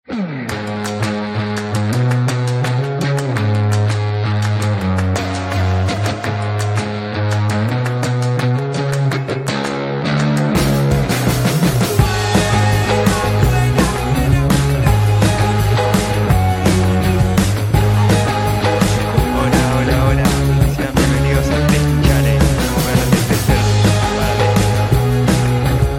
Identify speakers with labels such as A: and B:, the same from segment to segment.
A: Hola, hola, hola. Sean bienvenidos al Testing Challenge. Bueno, de Tester para Tester.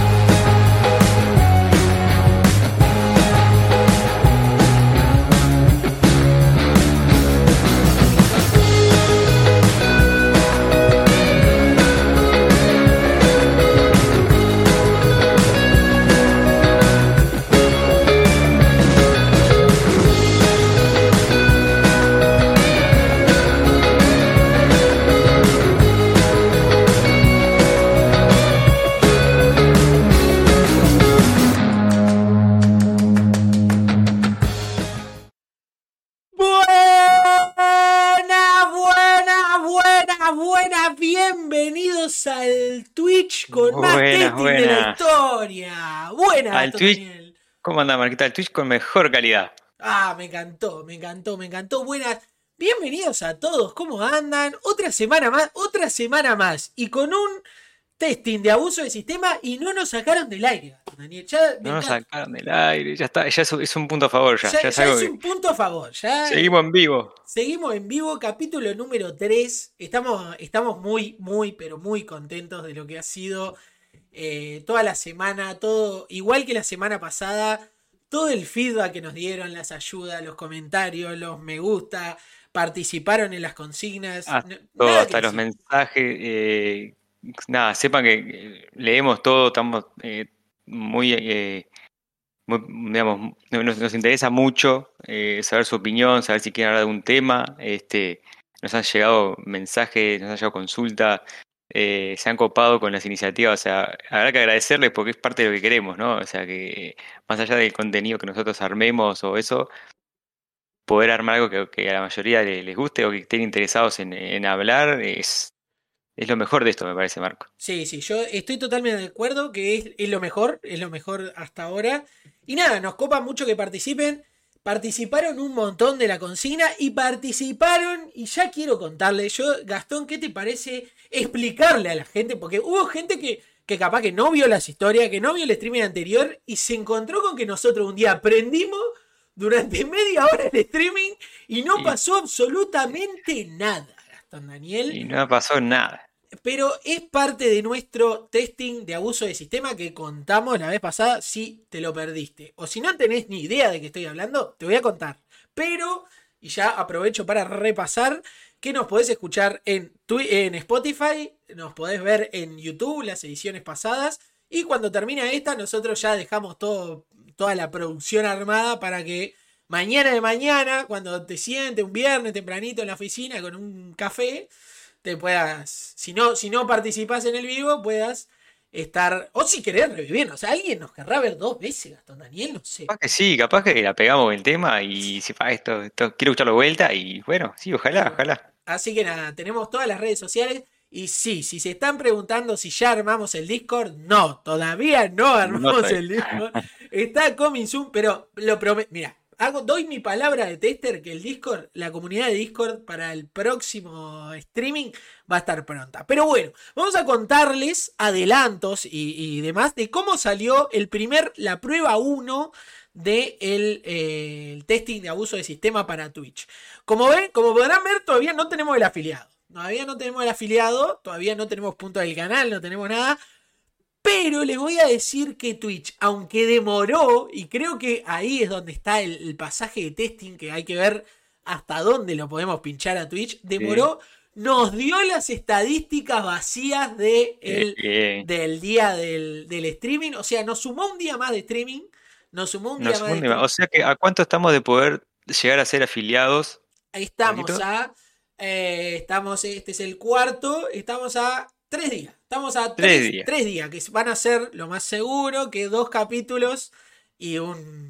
B: Buenas. Bienvenidos al Twitch con más
A: Buenas,
B: testing de la
A: buenas.
B: historia. Buenas,
A: Al Twitch.
B: Daniel.
A: ¿Cómo anda, Marquita? El Twitch con mejor calidad.
B: Me encantó. Buenas. Bienvenidos a todos. ¿Cómo andan? Otra semana más. Y con un testing de abuso de sistema y no nos sacaron del aire, Daniel. Ya me
A: No nos
B: encanta.
A: sacaron del aire. Ya está. Ya es un punto a favor. Ya
B: Ya
A: es algo
B: es
A: que.
B: un punto a favor. Ya
A: Seguimos en vivo.
B: seguimos en vivo, capítulo número 3. Estamos muy, pero muy contentos de lo que ha sido toda la semana, todo igual que la semana pasada, todo el feedback que nos dieron, las ayudas, los comentarios, los me gusta, participaron en las consignas.
A: Todo,
B: Nada que
A: hasta los
B: decir.
A: mensajes. Nada, sepan que leemos todo. Estamos muy, digamos, nos interesa mucho saber su opinión, saber si quieren hablar de un tema. Nos han llegado mensajes, nos han llegado consultas, se han copado con las iniciativas. O sea, habrá que agradecerles porque es parte de lo que queremos, ¿no? O sea, que más allá del contenido que nosotros armemos o eso, poder armar algo que a la mayoría les guste o que estén interesados en hablar es lo mejor de esto, me parece, Marco.
B: Sí, yo estoy totalmente de acuerdo que es lo mejor hasta ahora. Y nada, nos copa mucho que participen. Participaron un montón de la consigna y ya quiero contarle, Gastón, ¿qué te parece explicarle a la gente? Porque hubo gente que capaz que no vio las historias, que no vio el streaming anterior y se encontró con que nosotros un día aprendimos durante media hora el streaming y no
A: Y,
B: pasó absolutamente nada, Gastón Daniel.
A: y no pasó nada.
B: Pero es parte de nuestro testing de abuso de sistema que contamos la vez pasada. Si te lo perdiste o si no tenés ni idea de qué estoy hablando, te voy a contar. Pero, y ya aprovecho para repasar, que nos podés escuchar en Spotify, nos podés ver en YouTube las ediciones pasadas. Y cuando termina esta, nosotros ya dejamos toda la producción armada para que mañana, cuando te sientes un viernes tempranito en la oficina con un café, te puedas, si no participas en el vivo, puedas estar, o si querés revivir, o sea, alguien nos querrá ver 2 veces, Gastón Daniel, no sé.
A: Capaz que sí, capaz que la pegamos con el tema y si esto quiero escucharlo de vuelta y bueno, sí, ojalá.
B: Así que nada, tenemos todas las redes sociales y sí, si se están preguntando si ya armamos el Discord, no, todavía no
A: No
B: armamos
A: estoy.
B: el Discord, está coming soon, pero lo prometo, mira. Doy mi palabra de tester que el Discord, la comunidad de Discord para el próximo streaming va a estar pronta. Pero bueno, vamos a contarles adelantos y demás de cómo salió la prueba 1 del el testing de abuso de sistema para Twitch. Como podrán ver, todavía no tenemos el afiliado. Todavía no tenemos punto del canal, no tenemos nada. Pero les voy a decir que Twitch, aunque demoró, y creo que ahí es donde está el pasaje de testing, que hay que ver hasta dónde lo podemos pinchar a Twitch, demoró, nos dio las estadísticas vacías del día del streaming. O sea, nos sumó un día más de streaming.
A: O sea que, ¿a cuánto estamos de poder llegar a ser afiliados?
B: Ahí estamos
A: Marquito?
B: este es el cuarto, estamos a 3 días. Estamos a
A: 3 días.
B: 3 días, que van a ser lo más seguro que 2 capítulos y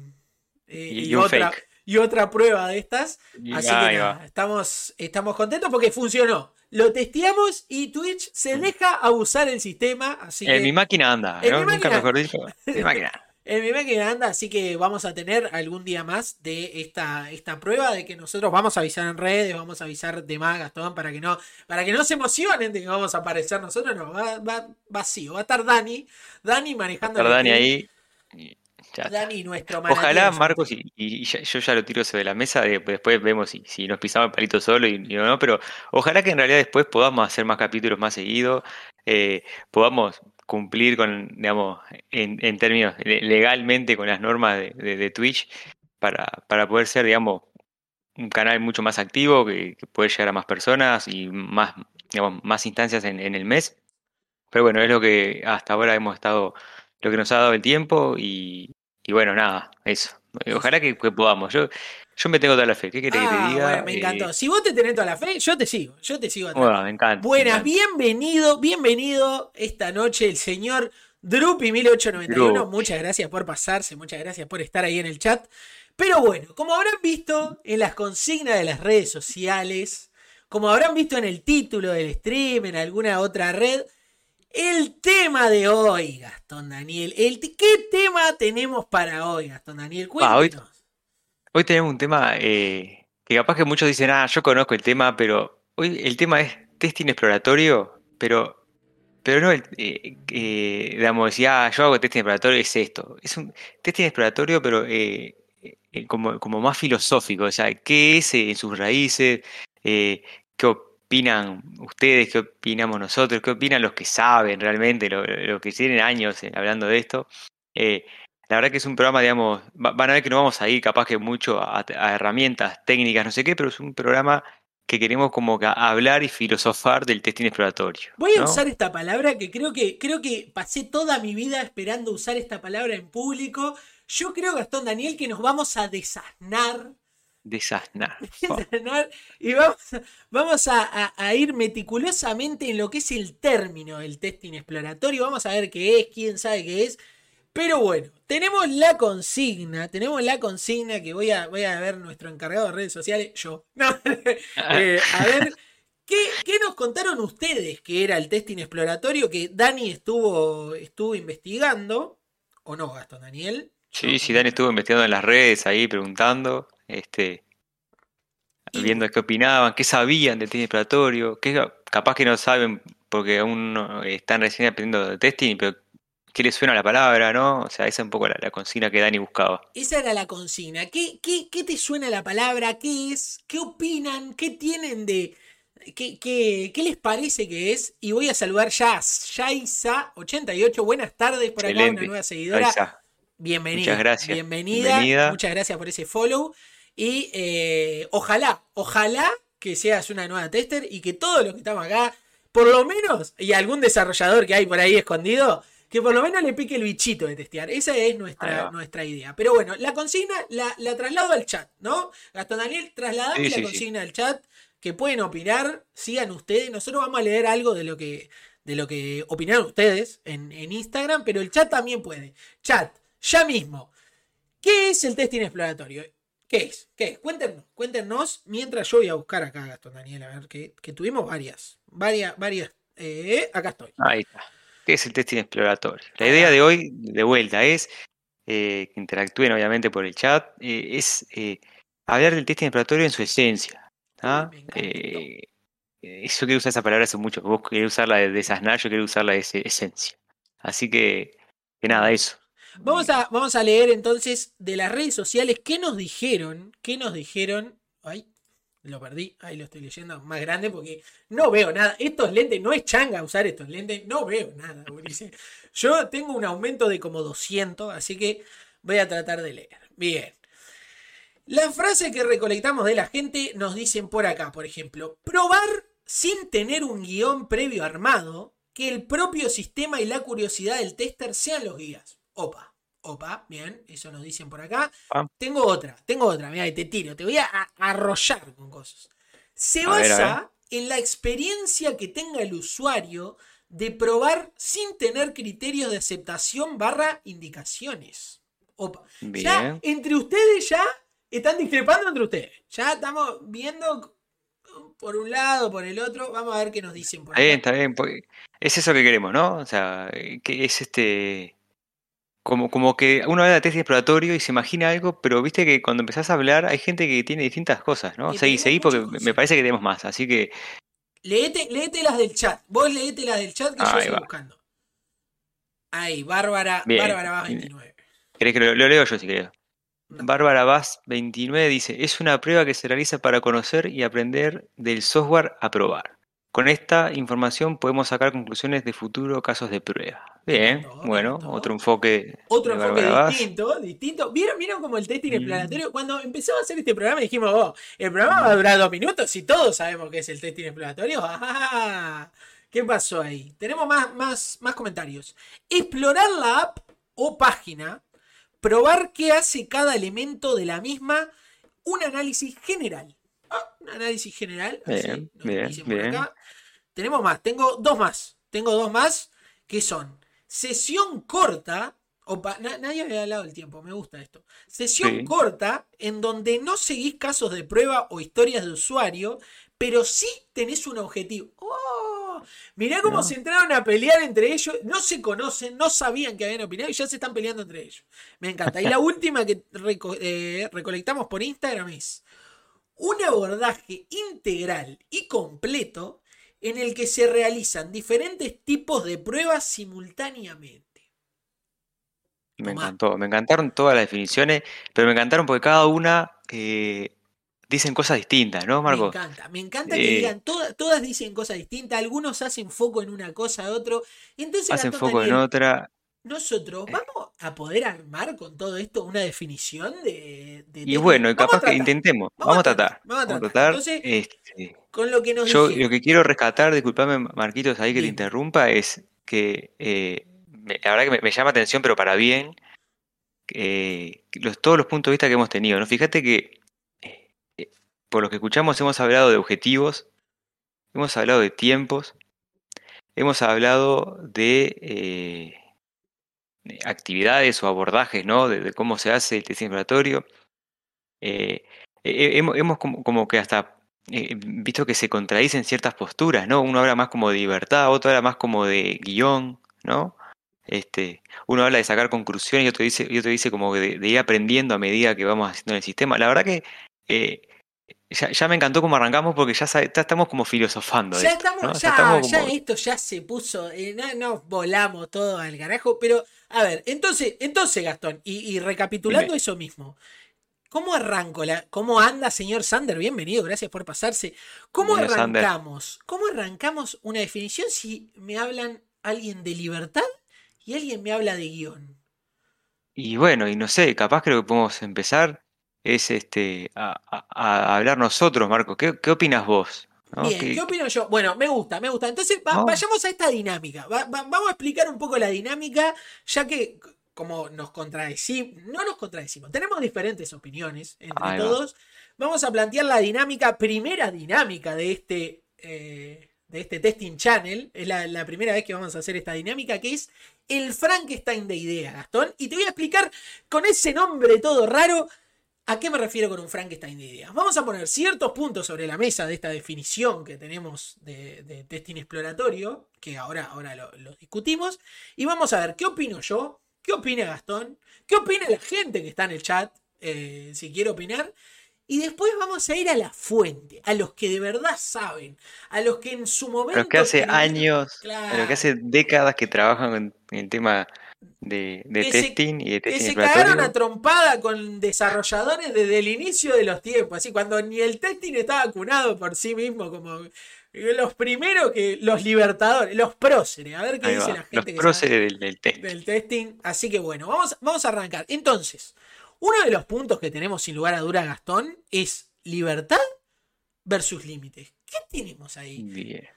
A: Y un fake.
B: y otra prueba de estas. Así que
A: Ahí
B: nada,
A: va.
B: estamos contentos porque funcionó. Lo testeamos y Twitch se deja abusar el sistema. Así que
A: Mi máquina anda,
B: en
A: ¿no?
B: mi
A: Nunca
B: máquina,
A: mejor dicho. Mi máquina.
B: el mi máquina anda, así que vamos a tener algún día más de esta prueba de que nosotros vamos a avisar en redes, vamos a avisar de más, Gastón, para que no se emocionen de que vamos a aparecer nosotros, no, va vacío, va a estar Dani
A: Va a
B: manejando
A: estar
B: el
A: Dani
B: stream,
A: ahí y ya está.
B: Dani nuestro
A: Ojalá,
B: manatenzo.
A: Marcos, yo ya lo tiro sobre la mesa, después vemos si nos pisamos el palito solo y o no, pero ojalá que en realidad después podamos hacer más capítulos más seguidos, podamos cumplir con, digamos, en términos legalmente con las normas de Twitch para poder ser, digamos, un canal mucho más activo, que puede llegar a más personas y más, digamos, más instancias en el mes. Pero bueno, es lo que hasta ahora hemos estado, lo que nos ha dado el tiempo y bueno, nada, eso.
B: Eso.
A: Ojalá que podamos. Yo me tengo toda la fe. ¿Qué querés que te
B: Ah, bueno,
A: diga?
B: me encantó. Si vos te tenés toda la fe, yo te sigo atrás.
A: Bueno, me encanta, me
B: Buenas,
A: encanta.
B: bienvenido esta noche el señor Drupi1891.
A: Pero,
B: Muchas gracias por pasarse, muchas gracias por estar ahí en el chat. Pero bueno, como habrán visto en las consignas de las redes sociales, como habrán visto en el título del stream, en alguna otra red, el tema de hoy, Gastón Daniel. ¿Qué tema tenemos para hoy, Gastón Daniel?
A: hoy,
B: Cuéntenos.
A: hoy tenemos un tema que capaz que muchos dicen, yo conozco el tema, pero hoy el tema es testing exploratorio, pero no digamos, decir, yo hago testing exploratorio, es esto. Es un testing exploratorio, pero como más filosófico, o sea, ¿qué es en sus raíces? ¿Qué opinan ustedes? ¿Qué opinamos nosotros? ¿Qué opinan los que saben realmente, lo que tienen años hablando de esto? Eh, la verdad que es un programa, digamos, van a ver que no vamos a ir capaz que mucho a herramientas técnicas, no sé qué, pero es un programa que queremos como que hablar y filosofar del testing exploratorio,
B: Voy a
A: ¿no?
B: usar esta palabra que creo que pasé toda mi vida esperando usar esta palabra en público. Yo creo, Gastón Daniel, que nos vamos a desasnar,
A: Desasnar.
B: desasnar y vamos a ir meticulosamente en lo que es el término del testing exploratorio. Vamos a ver qué es, quién sabe qué es. Pero bueno, tenemos la consigna que voy a ver nuestro encargado de redes sociales, yo. No, a ver, ¿qué nos contaron ustedes que era el testing exploratorio que Dani estuvo investigando? ¿O no, Gastón Daniel?
A: Sí,
B: Yo
A: sí, Dani estuvo investigando en las redes ahí, preguntando,
B: y
A: viendo qué opinaban, qué sabían del testing exploratorio, capaz que no saben porque aún no están recién aprendiendo de testing, pero qué les suena la palabra, ¿no? O sea, esa es un poco la consigna que Dani buscaba.
B: esa era la consigna. ¿Qué te suena la palabra? ¿Qué es? ¿Qué opinan? ¿Qué tienen de... ¿Qué les parece que es? Y voy a saludar ya a Yaisa88. Buenas tardes por acá, una
A: Excelente.
B: nueva seguidora.
A: Raiza, muchas
B: Bienvenida,
A: gracias.
B: bienvenida.
A: Bienvenida.
B: Muchas gracias por ese follow. Y ojalá que seas una nueva tester y que todos los que estamos acá, por lo menos, y algún desarrollador que hay por ahí escondido, que por lo menos le pique el bichito de testear. Esa es
A: Ahí va.
B: nuestra idea. Pero bueno, la consigna la traslado al chat, ¿no? Gastón Daniel, trasladame
A: Sí,
B: la
A: sí, sí.
B: consigna al chat, que pueden opinar, sigan ustedes. Nosotros vamos a leer algo de lo que opinaron ustedes en Instagram, pero el chat también puede. Chat, ya mismo. ¿Qué es el testing exploratorio? ¿Qué es? ¿Qué es? Cuéntenos mientras yo voy a buscar acá, Gastón Daniel, a ver, que tuvimos varias. Acá estoy.
A: Ahí está. ¿Qué es el testing exploratorio? La idea
B: Acá.
A: de hoy, de vuelta, es que interactúen obviamente por el chat, es hablar del testing exploratorio en su esencia.
B: Uy,
A: ¿Ah?
B: me encantó.
A: Yo quiero usar esa palabra hace mucho. Vos querés usarla de desasnar, yo quiero usarla de esencia. Así que nada,
B: Bien.
A: eso.
B: Vamos a leer entonces de las redes sociales qué nos dijeron. ¿Qué nos dijeron? Ay, lo perdí. Ahí lo estoy leyendo más grande porque no veo nada. Estos lentes, no es changa usar estos lentes. No veo nada, Ulises. Yo tengo un aumento de como 200, así que voy a tratar de leer. Bien. La frase que recolectamos de la gente nos dicen por acá, por ejemplo, probar sin tener un guión previo armado, que el propio sistema y la curiosidad del tester sean los guías. Opa, bien, eso nos dicen por acá.
A: Ah,
B: Tengo otra, mira, te tiro, te voy a arrollar con cosas. Se
A: a ver, a ver.
B: basa en la experiencia que tenga el usuario de probar sin tener criterios de aceptación barra indicaciones. Opa, ya
A: Bien.
B: entre ustedes ya están discrepando entre ustedes. Ya estamos viendo por un lado, por el otro. Vamos a ver qué nos dicen por acá.
A: Está bien, porque es eso que queremos, ¿no? O sea, que es como que uno habla de testing exploratorio y se imagina algo, pero viste que cuando empezás a hablar hay gente que tiene distintas cosas, ¿no?
B: Que
A: Seguí,
B: tenemos
A: seguí porque
B: muchos
A: me parece que
B: conceptos.
A: tenemos más, así que
B: Léete las del chat. Vos léete las del chat que yo
A: ahí
B: sigo
A: va.
B: buscando. Ahí, Bárbara,
A: Bien.
B: Bárbara más 29.
A: ¿Querés que lo leo yo si querés?
B: No.
A: Bárbara Vaz 29 dice, es una prueba que se realiza para conocer y aprender del software a probar. Con esta información podemos sacar conclusiones de futuros casos de prueba.
B: Me
A: Bien,
B: encantó, me
A: bueno, otro
B: encantó.
A: enfoque
B: Otro
A: de
B: enfoque
A: Bárbara Vaz.
B: distinto, distinto. ¿Vieron cómo el testing
A: Mm,
B: exploratorio? Cuando empezamos a hacer este programa dijimos, oh, el programa va a
A: mm.
B: durar 2 minutos y todos sabemos que es el testing exploratorio. ¡Ah! ¿Qué pasó ahí? Tenemos más comentarios. Explorar la app o página, probar qué hace cada elemento de la misma, un análisis general. Un análisis general, así
A: Bien,
B: nos
A: bien,
B: dicen por
A: bien.
B: acá. Tenemos más, tengo dos más. Tengo dos más que son sesión corta. Opa, nadie había hablado del tiempo, me gusta esto. Sesión
A: Sí.
B: corta en donde no seguís casos de prueba o historias de usuario, pero sí tenés un objetivo. ¡Oh! Mirá cómo se
A: ¿No?
B: entraron a pelear entre ellos. No se conocen, no sabían que habían opinado y ya se están peleando entre ellos. Me encanta. Y la última que recolectamos por Instagram es un abordaje integral y completo en el que se realizan diferentes tipos de pruebas simultáneamente.
A: Me
B: Tomá,
A: encantó. Me encantaron todas las definiciones, pero me encantaron porque cada una dicen cosas distintas, ¿no,
B: me
A: Marcos?
B: encanta. Me encanta que
A: Eh,
B: digan, todas dicen cosas distintas, algunos hacen foco en una cosa, otro. Entonces,
A: hacen
B: Gastón
A: foco en
B: Daniel,
A: otra.
B: nosotros
A: eh,
B: vamos a poder armar con todo esto una definición de
A: y
B: testing.
A: bueno, y
B: Vamos a
A: capaz que
B: tratar,
A: intentemos.
B: vamos a tratar, vamos a
A: Vamos a
B: tratar.
A: tratar.
B: Entonces, con lo que nos
A: Yo lo
B: dijeron,
A: que quiero rescatar, disculpame Marquitos ahí que te
B: dime,
A: interrumpa, es que la verdad que me llama atención, pero para bien, todos los puntos de vista que hemos tenido, ¿no? Fíjate que eh, por lo que escuchamos hemos hablado de objetivos, hemos hablado de tiempos, hemos hablado de actividades o abordajes, ¿no? De cómo se hace el test exploratorio. Eh, hemos como que hasta visto que se contradicen ciertas posturas, ¿no? Uno habla más como de libertad, otro habla más como de guión, ¿no? Uno habla de sacar conclusiones y otro dice como de ir aprendiendo a medida que vamos haciendo en el sistema. La verdad que eh, ya me encantó cómo arrancamos porque ya estamos como filosofando de
B: ya
A: esto,
B: estamos,
A: ¿no? Ya estamos
B: ya
A: como...
B: esto ya se puso, no, nos volamos todo al carajo, pero a ver, entonces Gastón, y
A: Dime,
B: recapitulando eso mismo, ¿cómo arranco cómo anda señor Sander? Bienvenido, gracias por pasarse. ¿Cómo
A: bienvenido Sander.
B: arrancamos? ¿Cómo arrancamos una definición si me hablan alguien de libertad y alguien me habla de guión?
A: Y bueno, y no sé, capaz que lo que podemos empezar es a hablar nosotros, Marco. ¿Qué opinas vos? ¿No?
B: Bien, ¿qué opino yo? Bueno, me gusta, me gusta. Entonces,
A: ¿No?
B: vayamos a esta dinámica. Vamos a explicar un poco la dinámica, ya que como nos contradecimos, no nos contradecimos, tenemos diferentes opiniones entre
A: Ahí va.
B: todos. Vamos a plantear la dinámica, primera dinámica de este testing channel. Es la primera vez que vamos a hacer esta dinámica, que es el Frankenstein de ideas, Gastón. Y te voy a explicar con ese nombre todo raro. ¿A qué me refiero con un Frankenstein de ideas? Vamos a poner ciertos puntos sobre la mesa de esta definición que tenemos de testing exploratorio, que ahora lo discutimos, y vamos a ver qué opino yo, qué opina Gastón, qué opina la gente que está en el chat, si quiere opinar, y después vamos a ir a la fuente, a los que de verdad saben, a los que en su
A: A los que
B: momento
A: hace
B: escribieron,
A: años, a los que
B: claro,
A: hace décadas que trabajan en el tema de
B: que se,
A: testing y de
B: que
A: testing
B: se cagaron a
A: exploratorio.
B: trompada con desarrolladores desde el inicio de los tiempos, así cuando ni el testing estaba vacunado por sí mismo, como los primeros que los libertadores, los próceres, a ver qué
A: Ahí
B: dice
A: va.
B: la
A: Los
B: gente que sabe
A: próceres del testing.
B: del testing. Así que bueno, vamos a arrancar. Entonces, uno de los puntos que tenemos sin lugar a duda, Gastón, es libertad versus límites. ¿Qué tenemos ahí?
A: Bien.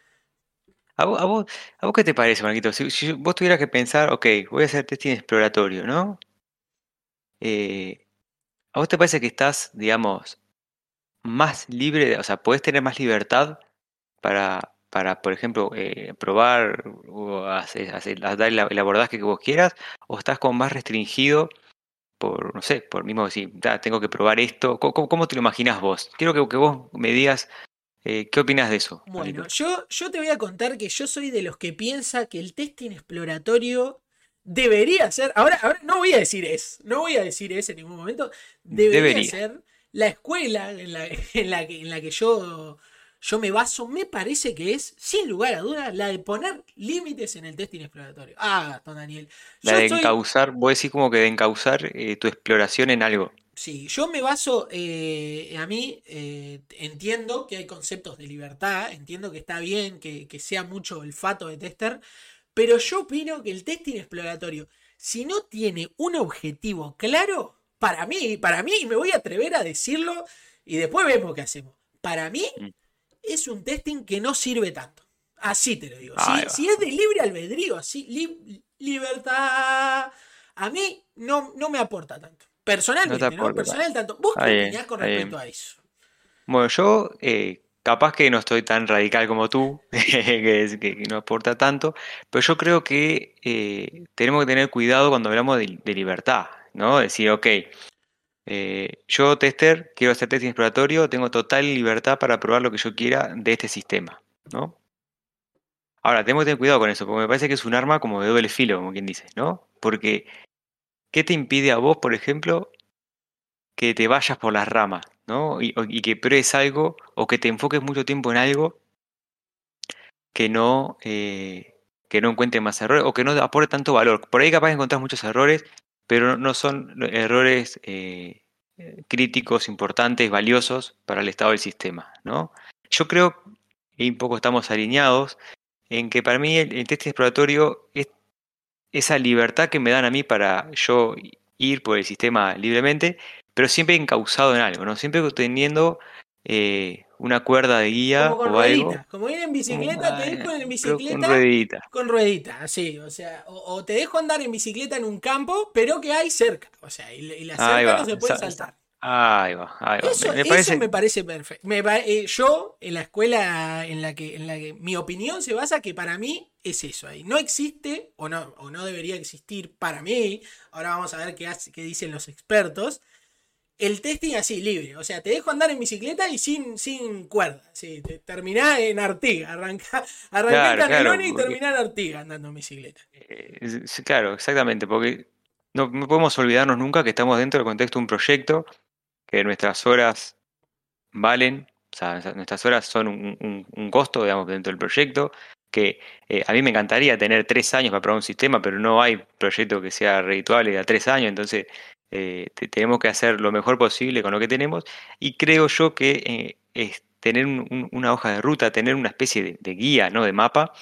A: ¿A vos qué te parece, Marquito? Si vos tuvieras que pensar, ok, voy a hacer testing exploratorio, ¿no? Eh, ¿A vos te parece que estás, digamos, más libre, o sea, podés tener más libertad por ejemplo, probar o dar el abordaje que vos quieras, o estás como más restringido por, no sé, por mismo decir, tengo que probar esto? ¿Cómo te lo imaginás vos? Quiero que vos me digas qué opinas de eso,
B: Bueno,
A: Marquito.
B: yo te voy a contar que yo soy de los que piensa que el testing exploratorio debería ser, ahora no voy a decir no voy a decir en ningún momento, debería
A: Debería.
B: ser la escuela en la que yo me baso, me parece que es, sin lugar a dudas, la de poner límites en el testing exploratorio. Ah, Gastón Daniel,
A: La
B: yo
A: de
B: soy,
A: encauzar, vos decís como que de encauzar tu exploración en algo.
B: sí, yo me baso, a mí entiendo que hay conceptos de libertad, entiendo que está bien que sea mucho olfato de tester, pero yo opino que el testing exploratorio, si no tiene un objetivo claro, para mí, y me voy a atrever a decirlo, y después vemos qué hacemos. Para mí
A: Mm.
B: es un testing que no sirve tanto. Así te lo digo.
A: Ahí
B: Si
A: va.
B: es de libre albedrío, así, libertad, a mí no me aporta tanto.
A: No te
B: Personalmente, ¿no?
A: aporta tanto.
B: Personal tanto. ¿Vos
A: Está
B: qué
A: bien,
B: opinás con
A: está
B: respecto
A: bien.
B: a eso?
A: Bueno, yo capaz que no estoy tan radical como tú, que no aporta tanto, pero yo creo que tenemos que tener cuidado cuando hablamos de libertad, ¿no? Decir, ok, yo tester, quiero hacer testing exploratorio, tengo total libertad para probar lo que yo quiera de este sistema, ¿no? Ahora, tenemos que tener cuidado con eso, porque me parece que es un arma como de doble filo, como quien dice, ¿no? Porque, ¿qué te impide a vos, por ejemplo, que te vayas por las ramas, ¿no? Y que pruebes algo o que te enfoques mucho tiempo en algo que que no encuentre más errores o que no aporte tanto valor? Por ahí capaz de encontrar muchos errores, pero no son errores críticos, importantes, valiosos para el estado del sistema, ¿no? Yo creo, y un poco estamos alineados, en que para mí el test exploratorio es esa libertad que me dan a mí para yo ir por el sistema libremente, pero siempre encauzado en algo, ¿no? Siempre teniendo una cuerda de
B: Como
A: guía
B: con
A: o algo,
B: rueditas. Como ir en
A: como,
B: bicicleta, te dejo en
A: pero con
B: bicicleta
A: ruedita.
B: con rueditas, así. O sea, o te dejo andar en bicicleta en un campo, pero que hay cerca. O sea, y la
A: Ahí
B: cerca no
A: va,
B: se puede saltar.
A: ahí va, ahí va. Me
B: Eso
A: parece,
B: me parece perfecto. Yo, en la escuela en la que mi opinión se basa, que para mí es eso ahí. No existe, o no debería existir para mí. Ahora vamos a ver qué dicen los expertos. El testing así, libre. O sea, te dejo andar en bicicleta y sin cuerda. Sí, terminá en Artigas. Arranca en
A: claro, claro,
B: Canelones y
A: porque,
B: terminá en Artigas andando en bicicleta.
A: claro, exactamente, porque no podemos olvidarnos nunca que estamos dentro del contexto de un proyecto, que nuestras horas valen, o sea, nuestras horas son un costo, digamos, dentro del proyecto, que a mí me encantaría tener 3 años para probar un sistema, pero no hay proyecto que sea redituable de a 3 años, entonces tenemos que hacer lo mejor posible con lo que tenemos, y creo yo que es tener una hoja de ruta, tener una especie de guía, ¿no? De mapa,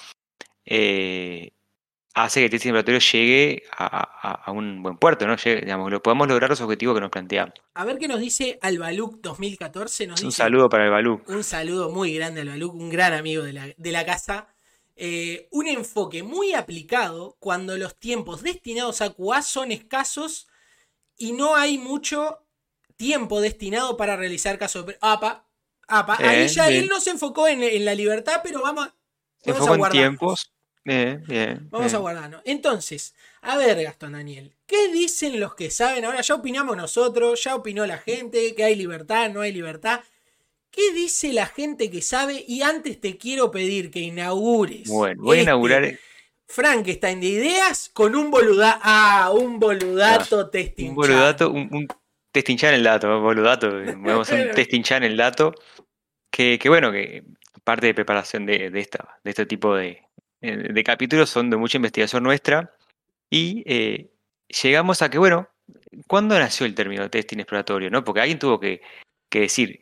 A: eh, hace que el testing preparatorio llegue a un buen puerto, ¿no? Digamos, lo podamos lograr los objetivos que nos planteamos.
B: A ver qué nos dice Albaluc 2014. Nos
A: Un
B: dice
A: saludo para el Balú.
B: un saludo muy grande a Albaluc, un gran amigo de la casa. Un enfoque muy aplicado cuando los tiempos destinados a QA son escasos y no hay mucho tiempo destinado para realizar casos. Ahí ya él
A: Bien.
B: no se enfocó en la libertad, pero
A: Se
B: vamos a
A: enfocó en
B: guardarnos.
A: tiempos. Bien, bien,
B: Vamos a
A: bien.
B: guardarnos. Entonces, a ver, Gastón Daniel, ¿qué dicen los que saben? Ahora ya opinamos nosotros, ya opinó la gente, que hay libertad, no hay libertad. ¿Qué dice la gente que sabe? Y antes te quiero pedir que inaugures
A: Bueno, voy a inaugurar.
B: Frankenstein de ideas con un
A: Ahí va.
B: boludato
A: Un
B: testing chan.
A: boludato, un testing el dato, boludato. Vamos a hacer un testing el dato. Que bueno, que parte de preparación de este tipo de capítulos son de mucha investigación nuestra. Y llegamos a que, bueno, ¿cuándo nació el término testing exploratorio? ¿No? Porque alguien tuvo que decir,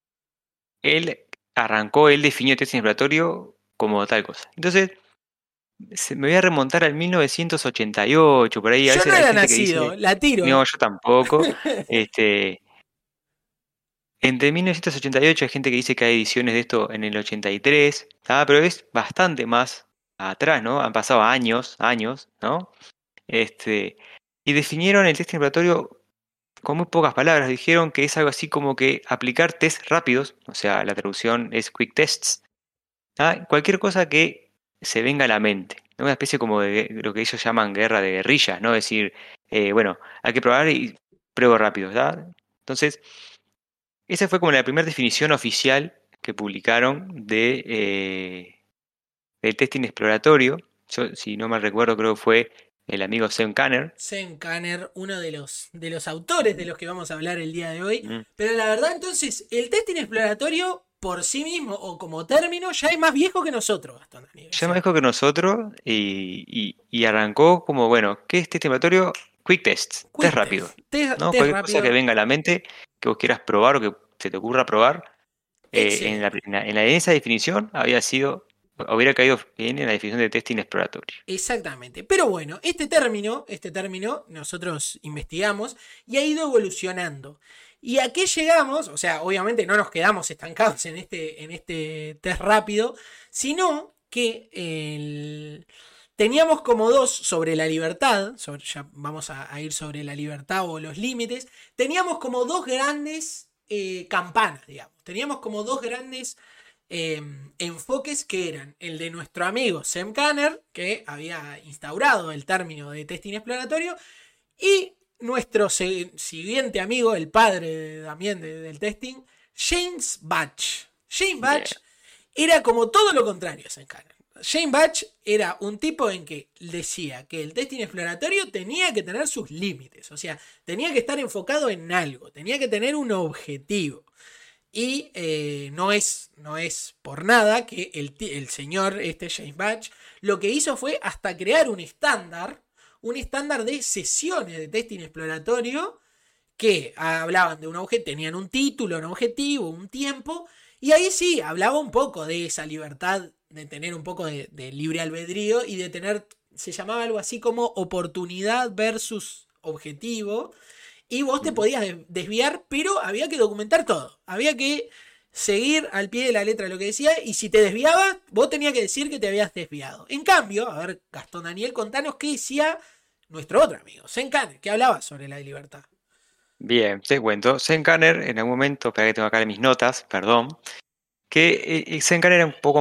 A: él definió el testing exploratorio como tal cosa. Entonces, me voy a remontar al 1988, por ahí. A
B: Yo
A: veces
B: no
A: hay
B: era
A: gente que dice,
B: nacido, la tiro,
A: no, yo tampoco. Este, entre 1988 hay gente que dice que hay ediciones de esto en el 83, pero es bastante más atrás, ¿no? Han pasado años, años, ¿no? Este, y definieron el test exploratorio con muy pocas palabras. Dijeron que es algo así como que aplicar test rápidos, o sea, la traducción es quick tests, cualquier cosa que se venga a la mente, ¿no? Una especie como de lo que ellos llaman guerra de guerrillas, ¿no? Es decir, bueno, hay que probar y pruebo rápido, ¿verdad? Entonces, esa fue como la primera definición oficial que publicaron del testing exploratorio. Yo, si no mal recuerdo, creo que fue el amigo Sean Kanner.
B: Sean Kanner, uno de los autores de los que vamos a hablar el día de hoy.
A: Mm.
B: Pero la verdad, entonces, el testing exploratorio por sí mismo o como término ya es más viejo que nosotros, Gastón Daniel. O
A: Ya más
B: sea,
A: dijo que nosotros y arrancó como, bueno, ¿qué es test laboratorio? Quick test, test
B: quick
A: rápido,
B: test, test,
A: ¿no?
B: test
A: Cualquier cosa que
B: rápido,
A: venga a la mente, que vos quieras probar o que se te ocurra probar,
B: excelente.
A: en esa definición hubiera caído bien en la definición de testing exploratorio.
B: Exactamente. Pero bueno, este término nosotros investigamos y ha ido evolucionando. ¿Y a qué llegamos? O sea, obviamente no nos quedamos estancados en este test rápido, sino que teníamos como dos sobre la libertad, ya vamos a ir sobre la libertad o los límites, teníamos como dos grandes campanas, digamos. Teníamos como dos grandes enfoques que eran el de nuestro amigo Sam Kanner, que había instaurado el término de testing exploratorio, y nuestro siguiente amigo, el padre también del testing, James Batch. James
A: Bien,
B: Batch era como todo lo contrario a Sam Kanner. James Batch era un tipo en que decía que el testing exploratorio tenía que tener sus límites, o sea, tenía que estar enfocado en algo, tenía que tener un objetivo. Y no es por nada que el señor James Batch lo que hizo fue hasta crear un estándar de sesiones de testing exploratorio que hablaban de un objetivo, tenían un título, un objetivo, un tiempo, y ahí sí hablaba un poco de esa libertad, de tener un poco de libre albedrío y de tener, se llamaba algo así como oportunidad versus objetivo, y vos te
A: mm,
B: podías desviar, pero había que documentar todo. Había que seguir al pie de la letra lo que decía, y si te desviabas, vos tenías que decir que te habías desviado. En cambio, a ver, Gastón Daniel, contanos qué decía nuestro otro amigo, Senkan, que hablaba sobre la libertad.
A: bien, te cuento. Sean Kanner en algún momento, espera que tengo acá mis notas, perdón, que Sean Kanner era un poco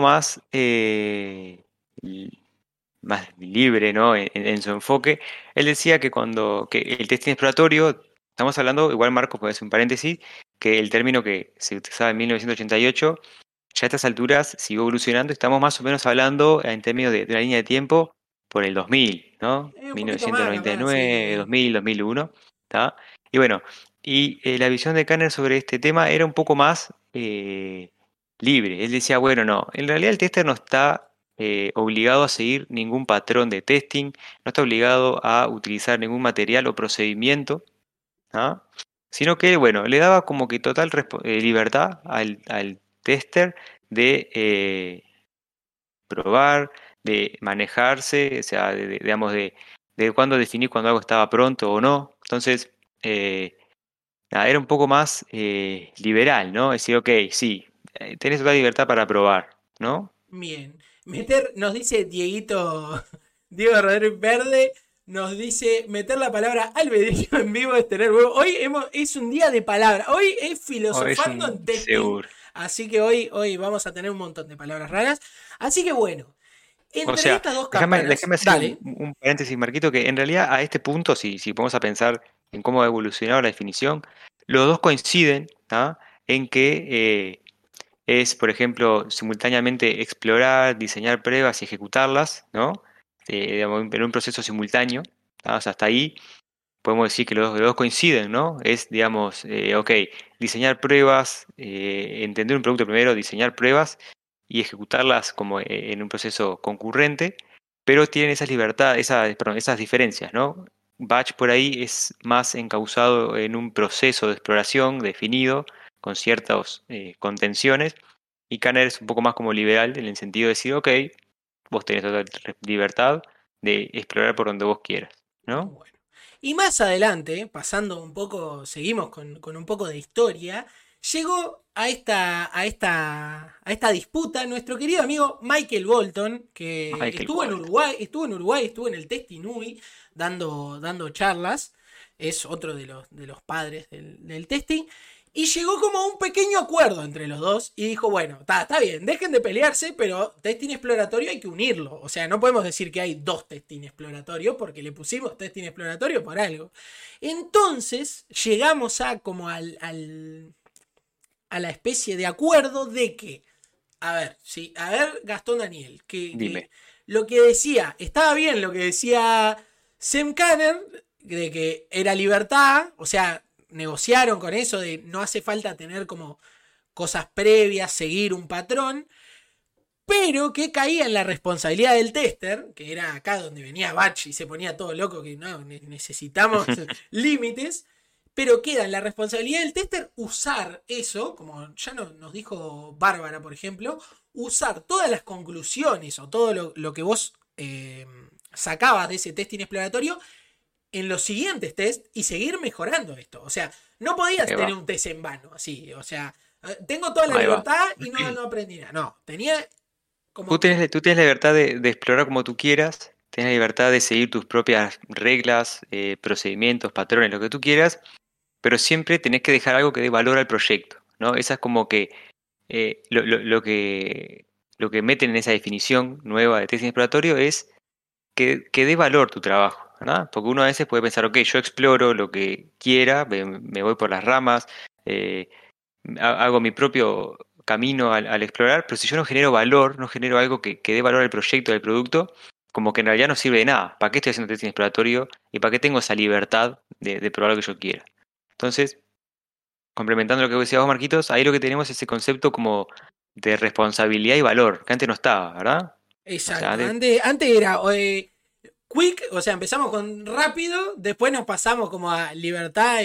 A: más libre, ¿no? En su enfoque. Él decía que que el testing exploratorio, estamos hablando, igual Marco puede hacer un paréntesis, que el término que se utilizaba en 1988, ya a estas alturas siguió evolucionando, estamos más o menos hablando en términos de la línea de tiempo por el 2000, ¿no?
B: Un poquito más, capaz,
A: 1999,
B: sí.
A: 2000, 2001, ¿está? Y bueno, la visión de Kanner sobre este tema era un poco más libre. Él decía, bueno, no, en realidad el tester no está obligado a seguir ningún patrón de testing, no está obligado a utilizar ningún material o procedimiento, ¿ah? Sino que, bueno, le daba como que total libertad al tester de probar, de manejarse, o sea, digamos, de cuándo definir cuando algo estaba pronto o no. Entonces, nada, era un poco más liberal, ¿no? Decir, ok, sí, tenés total libertad para probar, ¿no?
B: Bien. Nos dice Dieguito, Diego Rodríguez Verde, nos dice meter la palabra albedrío en vivo es tener huevo. Hoy es un día de palabras. Hoy es
A: O es
B: filosofando en
A: un
B: testing.
A: seguro.
B: Así que hoy vamos a tener un montón de palabras raras. Así que bueno,
A: O
B: entre
A: sea,
B: estas dos
A: déjame
B: campanas,
A: hacer
B: dale.
A: un paréntesis, Marquito, que en realidad a este punto, si vamos a pensar en cómo ha evolucionado la definición, los dos coinciden, ¿tá? En que es, por ejemplo, simultáneamente explorar, diseñar pruebas y ejecutarlas, ¿no? Digamos, en un proceso simultáneo, ¿tá? O sea, hasta ahí podemos decir que los dos coinciden, ¿no? Es, digamos, ok, diseñar pruebas, entender un producto primero, diseñar pruebas y ejecutarlas como en un proceso concurrente, pero tienen esas libertades, perdón, esas diferencias, ¿no? Batch por ahí es más encauzado en un proceso de exploración definido, con ciertas contenciones, y Kanner es un poco más como liberal en el sentido de decir, ok, vos tenés total libertad de explorar por donde vos quieras, ¿no?
B: Bueno. Y más adelante, pasando un poco, seguimos con un poco de historia, llegó a esta disputa nuestro querido amigo Michael Bolton, que
A: Michael Walton.
B: estuvo en el Testinui dando charlas, es otro de los padres del testing, y llegó como a un pequeño acuerdo entre los dos y dijo, bueno, está bien, dejen de pelearse, pero testing exploratorio hay que unirlo. O sea, no podemos decir que hay dos testing exploratorios porque le pusimos testing exploratorio por algo. Entonces llegamos a como a la especie de acuerdo de que, a ver, sí, a ver, Gastón Daniel, que
A: Dime.
B: lo que decía, estaba bien lo que decía Sam Kanner, de que era libertad, o sea, negociaron con eso de no hace falta tener como cosas previas, seguir un patrón, pero que caía en la responsabilidad del tester, que era acá donde venía Batch y se ponía todo loco, que no, necesitamos límites, pero queda en la responsabilidad del tester usar eso, como ya nos dijo Bárbara, por ejemplo, usar todas las conclusiones o todo lo que vos sacabas de ese testing exploratorio en los siguientes tests y seguir mejorando esto. O sea, no podías
A: Ahí
B: tener
A: va,
B: un test en vano, así, o sea, tengo toda la
A: ahí va.
B: libertad y no aprendí nada. No, tenía
A: Tú
B: como que.
A: tienes, tú tienes la libertad de explorar como tú quieras, tienes la libertad de seguir tus propias reglas, procedimientos, patrones, lo que tú quieras, pero siempre tenés que dejar algo que dé valor al proyecto, ¿no? Esa es como que lo que meten en esa definición nueva de testing exploratorio es que dé valor tu trabajo, ¿verdad? Porque uno a veces puede pensar, ok, yo exploro lo que quiera, me voy por las ramas, eh, hago mi propio camino al explorar, pero si yo no genero valor, no genero algo que dé valor al proyecto, al producto, como que en realidad no sirve de nada. ¿Para qué estoy haciendo testing exploratorio y para qué tengo esa libertad de probar lo que yo quiera? Entonces, complementando lo que decías vos, Marquitos, ahí lo que tenemos es ese concepto como de responsabilidad y valor, que antes no estaba, ¿verdad? O sea,
B: Exacto,
A: antes,
B: antes era quick, o sea, empezamos con rápido, después nos pasamos como a libertad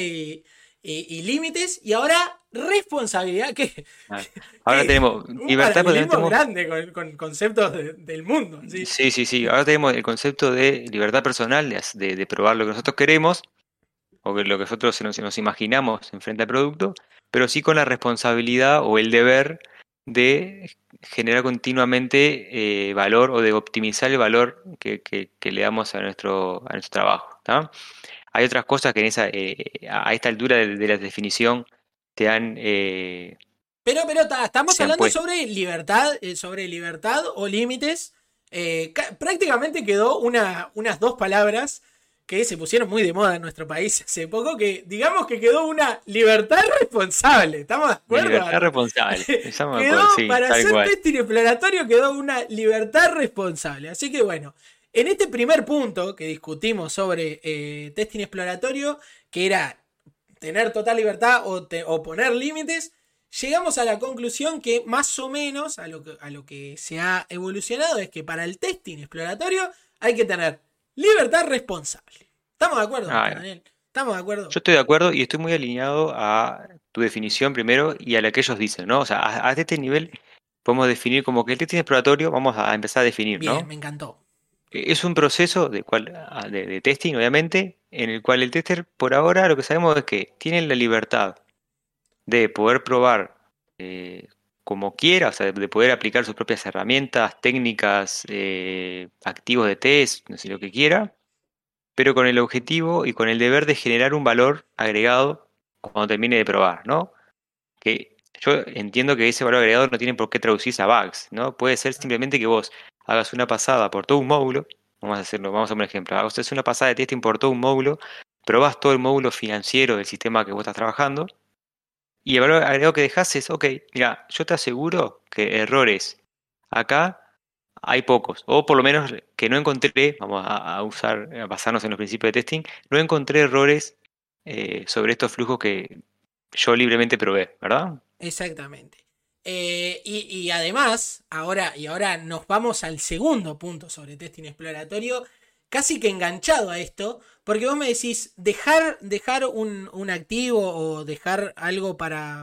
B: y límites, y ahora responsabilidad,
A: ah, ahora
B: que
A: tenemos
B: un
A: libertad, pero también
B: paralelismo
A: tenemos,
B: grande con conceptos del mundo, ¿sí?
A: sí, sí, sí, ahora tenemos el concepto de libertad personal, de probar lo que nosotros queremos o que lo que nosotros nos imaginamos en frente al producto, pero sí con la responsabilidad o el deber de generar continuamente valor o de optimizar el valor que le damos a nuestro trabajo. ¿Tá? Hay otras cosas que a esta altura de la definición te han,
B: Pero estamos
A: se han
B: hablando
A: puesto.
B: sobre libertad o límites. Prácticamente quedó unas dos palabras que se pusieron muy de moda en nuestro país hace poco, que digamos que quedó una libertad responsable. ¿Estamos de acuerdo,
A: Libertad
B: Gato?
A: responsable, estamos de acuerdo,
B: Quedó,
A: sí,
B: para
A: tal
B: hacer
A: cual.
B: testing exploratorio, quedó una libertad responsable. Así que bueno, en este primer punto que discutimos sobre testing exploratorio, que era tener total libertad o poner límites, llegamos a la conclusión que más o menos a lo que se ha evolucionado es que para el testing exploratorio hay que tener libertad responsable. ¿Estamos de acuerdo,
A: Ah,
B: Daniel? ¿Estamos de
A: yo
B: acuerdo?
A: estoy de acuerdo y estoy muy alineado a tu definición primero y a la que ellos dicen, ¿no? O sea, a este nivel podemos definir como que el testing exploratorio, vamos a empezar a definir,
B: Bien,
A: ¿no?
B: me encantó.
A: Es un proceso de testing, obviamente, en el cual el tester, por ahora, lo que sabemos es que tiene la libertad de poder probar como quiera, o sea, de poder aplicar sus propias herramientas, técnicas, activos de test, no sé lo que quiera, pero con el objetivo y con el deber de generar un valor agregado cuando termine de probar, ¿no? Que yo entiendo que ese valor agregado no tiene por qué traducirse a bugs, ¿no? Puede ser simplemente que vos hagas una pasada por todo un módulo, vamos a hacerlo, vamos a poner un ejemplo, hagas una pasada de testing por todo un módulo, probás todo el módulo financiero del sistema que vos estás trabajando, y el valor agregado que dejás es, ok, mira, yo te aseguro que errores acá hay pocos, o por lo menos que no encontré, vamos a basarnos en los principios de testing, no encontré errores sobre estos flujos que yo libremente probé, ¿verdad?
B: Exactamente. Y además, ahora nos vamos al segundo punto sobre testing exploratorio, casi que enganchado a esto, porque vos me decís, dejar un activo o dejar algo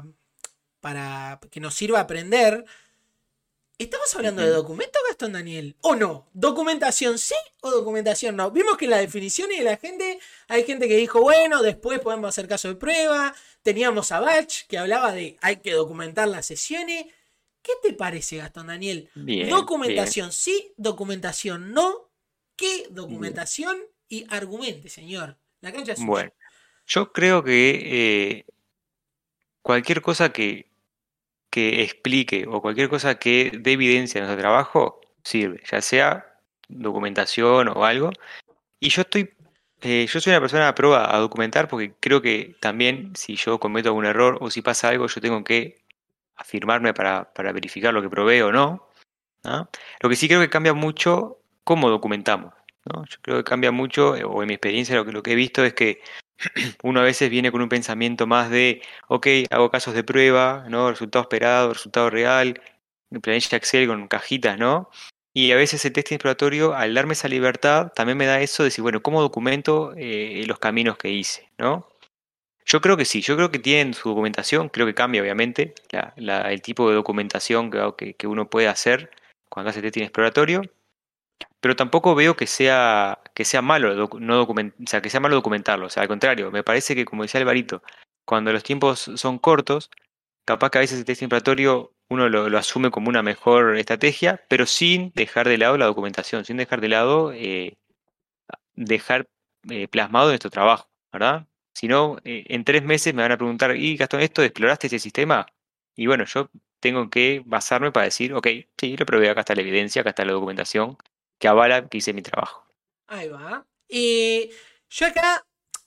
B: para que nos sirva a aprender. ¿Estamos hablando de
A: Ujú.
B: documento, Gastón Daniel? ¿O no? ¿Documentación sí o documentación no? Vimos que en las definiciones de la gente hay gente que dijo, bueno, después podemos hacer caso de prueba. Teníamos a Batch que hablaba de hay que documentar las sesiones. ¿Qué te parece, Gastón Daniel?
A: Bien, bien,
B: ¿Documentación sí? ¿Documentación no? ¿Qué
A: bien.
B: documentación? Y argumente, señor. La cancha es suya.
A: Bueno, yo creo que cualquier cosa que explique o cualquier cosa que dé evidencia a nuestro trabajo sirve, ya sea documentación o algo. Y yo soy una persona prueba a documentar porque creo que también si yo cometo algún error o si pasa algo, yo tengo que afirmarme para verificar lo que probé o no. ¿Ah? Lo que sí creo que cambia mucho cómo documentamos. ¿no? Yo creo que cambia mucho, o en mi experiencia lo que he visto es que uno a veces viene con un pensamiento más de, ok, hago casos de prueba, ¿no? Resultado esperado, resultado real, planilla Excel con cajitas, ¿no? Y a veces el testing exploratorio, al darme esa libertad, también me da eso de decir, bueno, ¿cómo documento los caminos que hice, ¿no? Yo creo que sí, yo creo que tienen su documentación, creo que cambia obviamente el tipo de documentación que uno puede hacer cuando hace testing exploratorio, pero tampoco veo que sea malo o sea, que sea malo documentarlo. O sea, al contrario, me parece que, como decía Alvarito, cuando los tiempos son cortos, capaz que a veces el testing preparatorio uno lo asume como una mejor estrategia, pero sin dejar de lado la documentación, sin dejar de lado dejar plasmado nuestro trabajo, ¿verdad? Si no, en 3 meses me van a preguntar, ¿y Gastón, esto exploraste ese sistema? Y bueno, yo tengo que basarme para decir, ok, sí, lo probé, acá está la evidencia, acá está la documentación que avala que hice mi trabajo.
B: Ahí va. Yo acá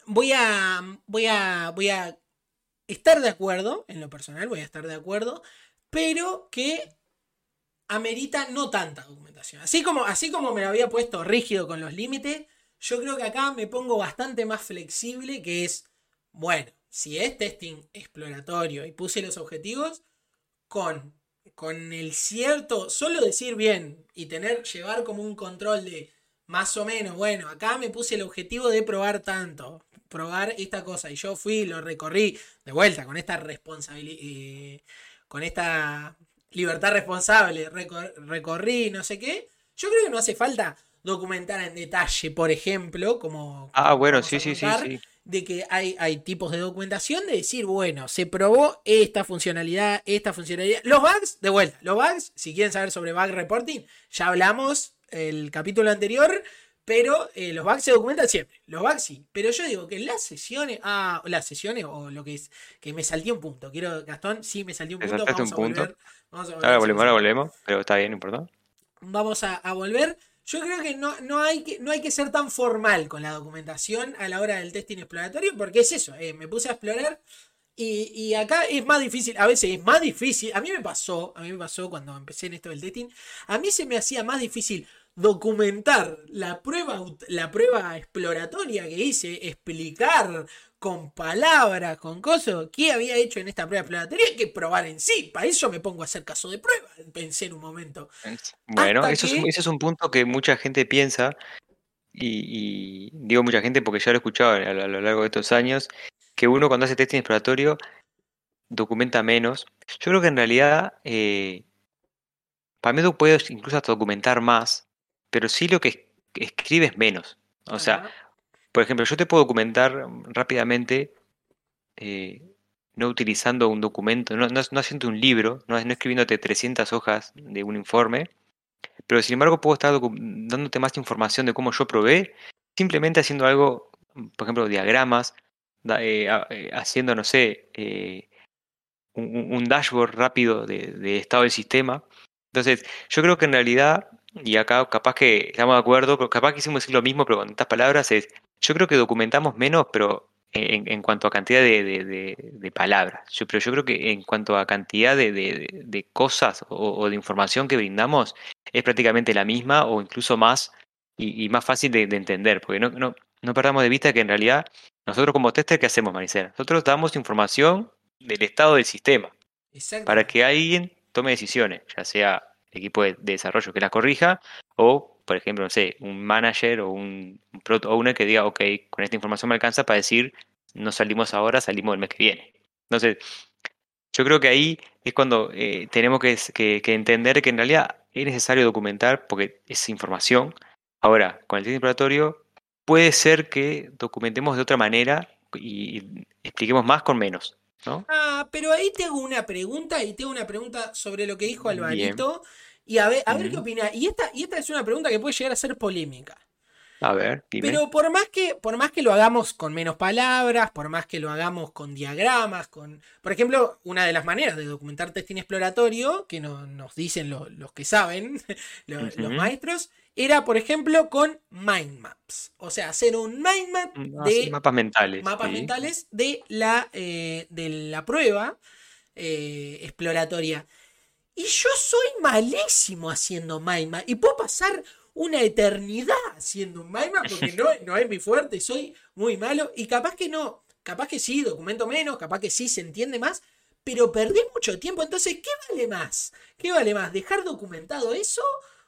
B: voy a estar de acuerdo, en lo personal voy a estar de acuerdo, pero que amerita no tanta documentación. Así como me lo había puesto rígido con los límites, yo creo que acá me pongo bastante más flexible, que es, bueno, si es testing exploratorio y puse los objetivos, con, con el cierto, solo decir bien y llevar como un control de más o menos, bueno, acá me puse el objetivo de probar tanto, probar esta cosa, y yo fui, lo recorrí de vuelta con esta responsabilidad, con esta libertad responsable, recorrí no sé qué. Yo creo que no hace falta documentar en detalle, por ejemplo,
A: Ah,
B: como
A: bueno,
B: vamos
A: sí,
B: a
A: sí, sí,
B: contar,
A: sí.
B: de que hay tipos de documentación de decir, bueno, se probó esta funcionalidad, esta funcionalidad. Los bugs, de vuelta, los bugs, si quieren saber sobre bug reporting, ya hablamos el capítulo anterior, pero los bugs se documentan siempre. Los bugs sí. Pero yo digo que las sesiones, o lo que es, que me salté un punto. Gastón, sí, me salté un
A: Te
B: punto,
A: saltaste un punto.
B: vamos a volver si me
A: Ahora
B: salté.
A: volvemos, pero está bien, no importa.
B: Vamos a volver. Yo creo que no hay que ser tan formal con la documentación a la hora del testing exploratorio, porque es eso, me puse a explorar y acá es más difícil, a veces es más difícil, a mí me pasó cuando empecé en esto del testing, a mí se me hacía más difícil documentar la prueba exploratoria que hice, explicar con palabras, con cosas, qué había hecho en esta prueba exploratoria que probar en sí. Para eso me pongo a hacer caso de prueba, pensé en un momento.
A: Bueno,
B: Hasta que.
A: ese es un punto que mucha gente piensa, y digo mucha gente porque ya lo he escuchado a lo largo de estos años, que uno cuando hace testing exploratorio documenta menos. Yo creo que en realidad, para mí tú puedes incluso hasta documentar más, pero sí lo que escribes menos. O sea,
B: Ajá,
A: por ejemplo, yo te puedo documentar rápidamente, eh, no utilizando un documento, no haciendo un libro, no escribiéndote 300 hojas de un informe, pero sin embargo puedo estar dándote más información de cómo yo probé, simplemente haciendo algo, por ejemplo, diagramas, haciendo, no sé, un dashboard rápido de estado del sistema. Entonces, yo creo que en realidad, y acá capaz que estamos de acuerdo, pero capaz que hicimos decir lo mismo, pero con estas palabras yo creo que documentamos menos, pero en cuanto a cantidad de palabras. Pero yo creo que en cuanto a cantidad de cosas o de información que brindamos, es prácticamente la misma o incluso más y más fácil de entender, porque no perdamos de vista que en realidad nosotros como tester, ¿qué hacemos, Maricela? Nosotros damos información del estado del sistema para que
B: exactamente.
A: alguien tome decisiones, ya sea el equipo de desarrollo que las corrija o, por ejemplo, no sé, un manager o un product owner que diga, ok, con esta información me alcanza para decir, no salimos ahora, salimos el mes que viene. Entonces, yo creo que ahí es cuando tenemos que entender que en realidad es necesario documentar porque es información. Ahora, con el testing exploratorio puede ser que documentemos de otra manera y expliquemos más con menos, ¿no?
B: Pero ahí te hago una pregunta sobre lo que dijo
A: Bien.
B: Alvarito. Y a ver qué
A: Mm.
B: opina. Y esta es una pregunta que puede llegar a ser polémica.
A: A ver, dime.
B: Pero por más que lo hagamos con menos palabras, por más que lo hagamos con diagramas, por ejemplo, una de las maneras de documentar testing exploratorio, que nos dicen los que saben, los
A: Ujú.
B: maestros, era, por ejemplo, con mind maps. O sea, hacer un mind map
A: Ah, sí,
B: de
A: mapas mentales,
B: mapas
A: sí.
B: mentales de la prueba exploratoria. Y yo soy malísimo haciendo mind map. Y puedo pasar una eternidad haciendo un mind map porque no es mi fuerte, soy muy malo y capaz que no, capaz que sí, documento menos, capaz que sí se entiende más, pero perdí mucho tiempo. Entonces, ¿qué vale más? ¿Qué vale más? ¿Dejar documentado eso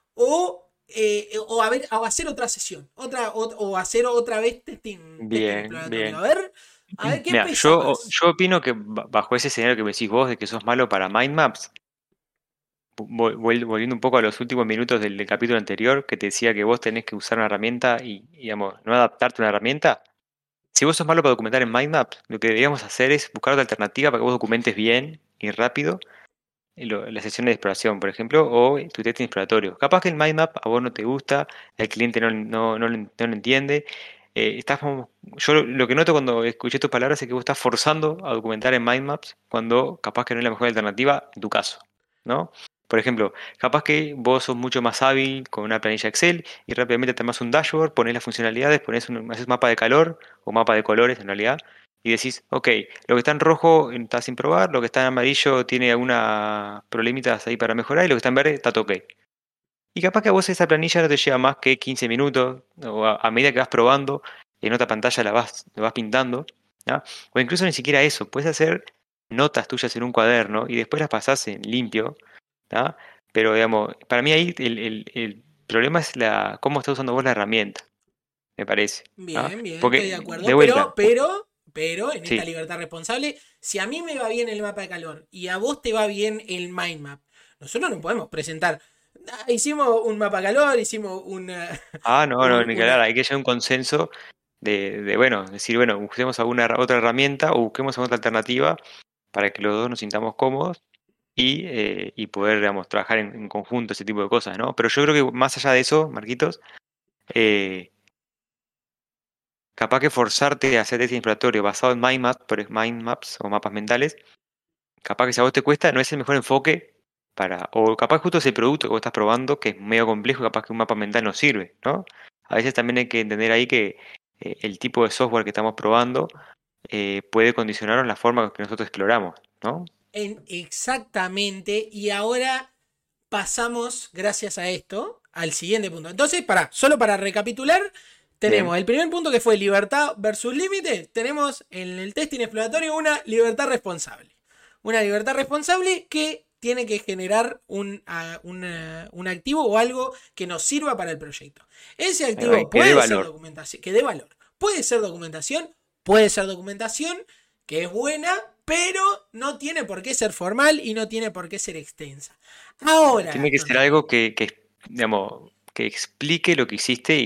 B: o hacer otra sesión? O hacer otra vez testing
A: Bien,
B: exploratorio.
A: bien.
B: A ver qué
A: Mira,
B: pesa más.
A: yo opino que bajo ese escenario que me decís vos de que sos malo para mind maps, volviendo un poco a los últimos minutos del capítulo anterior, que te decía que vos tenés que usar una herramienta y, digamos, no adaptarte a una herramienta. Si vos sos malo para documentar en mind maps, lo que deberíamos hacer es buscar otra alternativa para que vos documentes bien y rápido las sesiones de exploración, por ejemplo, o tu testing exploratorio. Capaz que el mind map a vos no te gusta, el cliente no lo entiende. Yo lo que noto cuando escuché tus palabras es que vos estás forzando a documentar en mind maps cuando capaz que no es la mejor alternativa en tu caso, ¿no? Por ejemplo, capaz que vos sos mucho más hábil con una planilla Excel y rápidamente te armás un dashboard, ponés las funcionalidades, haces un mapa de calor o mapa de colores en realidad, y decís, ok, lo que está en rojo está sin probar, lo que está en amarillo tiene algunas problemitas ahí para mejorar y lo que está en verde está todo ok. Y capaz que a vos esa planilla no te lleva más que 15 minutos, o a medida que vas probando, en otra pantalla la vas pintando, ¿ya? O incluso ni siquiera eso, puedes hacer notas tuyas en un cuaderno y después las pasás en limpio, ¿ya? Pero digamos, para mí ahí el problema es cómo estás usando vos la herramienta, me parece, ¿ya?
B: Bien, bien, estoy de
A: Porque, de
B: acuerdo.
A: vuelta,
B: Pero, en esta
A: sí.
B: libertad responsable, si a mí me va bien el mapa de calor y a vos te va bien el mind map, nosotros no podemos presentar. Hicimos un mapa calor, hicimos una,
A: Ah, no, no, ni que hablar,
B: una.
A: hay que llegar a un consenso bueno, decir, bueno, busquemos alguna otra herramienta o busquemos alguna otra alternativa para que los dos nos sintamos cómodos y poder, digamos, trabajar en conjunto, ese tipo de cosas, ¿no? Pero yo creo que más allá de eso, Marquitos, eh, capaz que forzarte a hacer ese exploratorio basado en mind maps o mapas mentales, capaz que si a vos te cuesta, no es el mejor enfoque o capaz justo ese producto que vos estás probando, que es medio complejo, capaz que un mapa mental no sirve, ¿no? A veces también hay que entender ahí que el tipo de software que estamos probando puede condicionar la forma que nosotros exploramos, ¿no?
B: Exactamente. Y ahora pasamos, gracias a esto, al siguiente punto. Entonces, solo para recapitular,
A: Bien.
B: tenemos el primer punto que fue libertad versus límite. Tenemos en el testing exploratorio una libertad responsable. Una libertad responsable que tiene que generar un activo o algo que nos sirva para el proyecto. Ese
A: Ahí va,
B: activo
A: que dé
B: puede ser
A: valor.
B: documentación, que dé valor. Puede ser documentación que es buena, pero no tiene por qué ser formal y no tiene por qué ser extensa. Ahora,
A: Tiene que
B: Gastón
A: ser
B: Daniel.
A: algo digamos, que explique lo que hiciste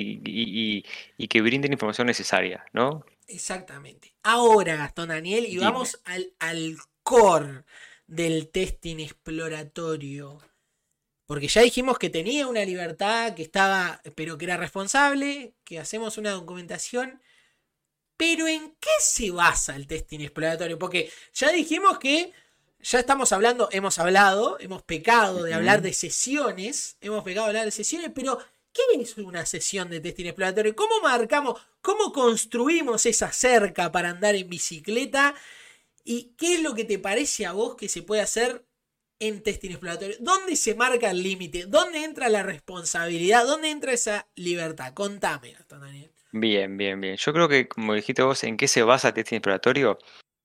A: y que brinde la información necesaria, ¿no?
B: Exactamente. Ahora, Gastón Daniel, y
A: Dime.
B: vamos al core del testing exploratorio. Porque ya dijimos que tenía una libertad, que estaba, pero que era responsable, que hacemos una documentación. Pero ¿en qué se basa el testing exploratorio? Porque ya dijimos que ya estamos hablando, hemos pecado de hablar
A: Ujú.
B: de sesiones, pero ¿qué es una sesión de testing exploratorio? ¿Cómo marcamos, cómo construimos esa cerca para andar en bicicleta? ¿Y qué es lo que te parece a vos que se puede hacer en testing exploratorio? ¿Dónde se marca el límite? ¿Dónde entra la responsabilidad? ¿Dónde entra esa libertad? Contame, Gastón Daniel.
A: Bien, bien, bien. Yo creo que, como dijiste vos, ¿en qué se basa el testing exploratorio?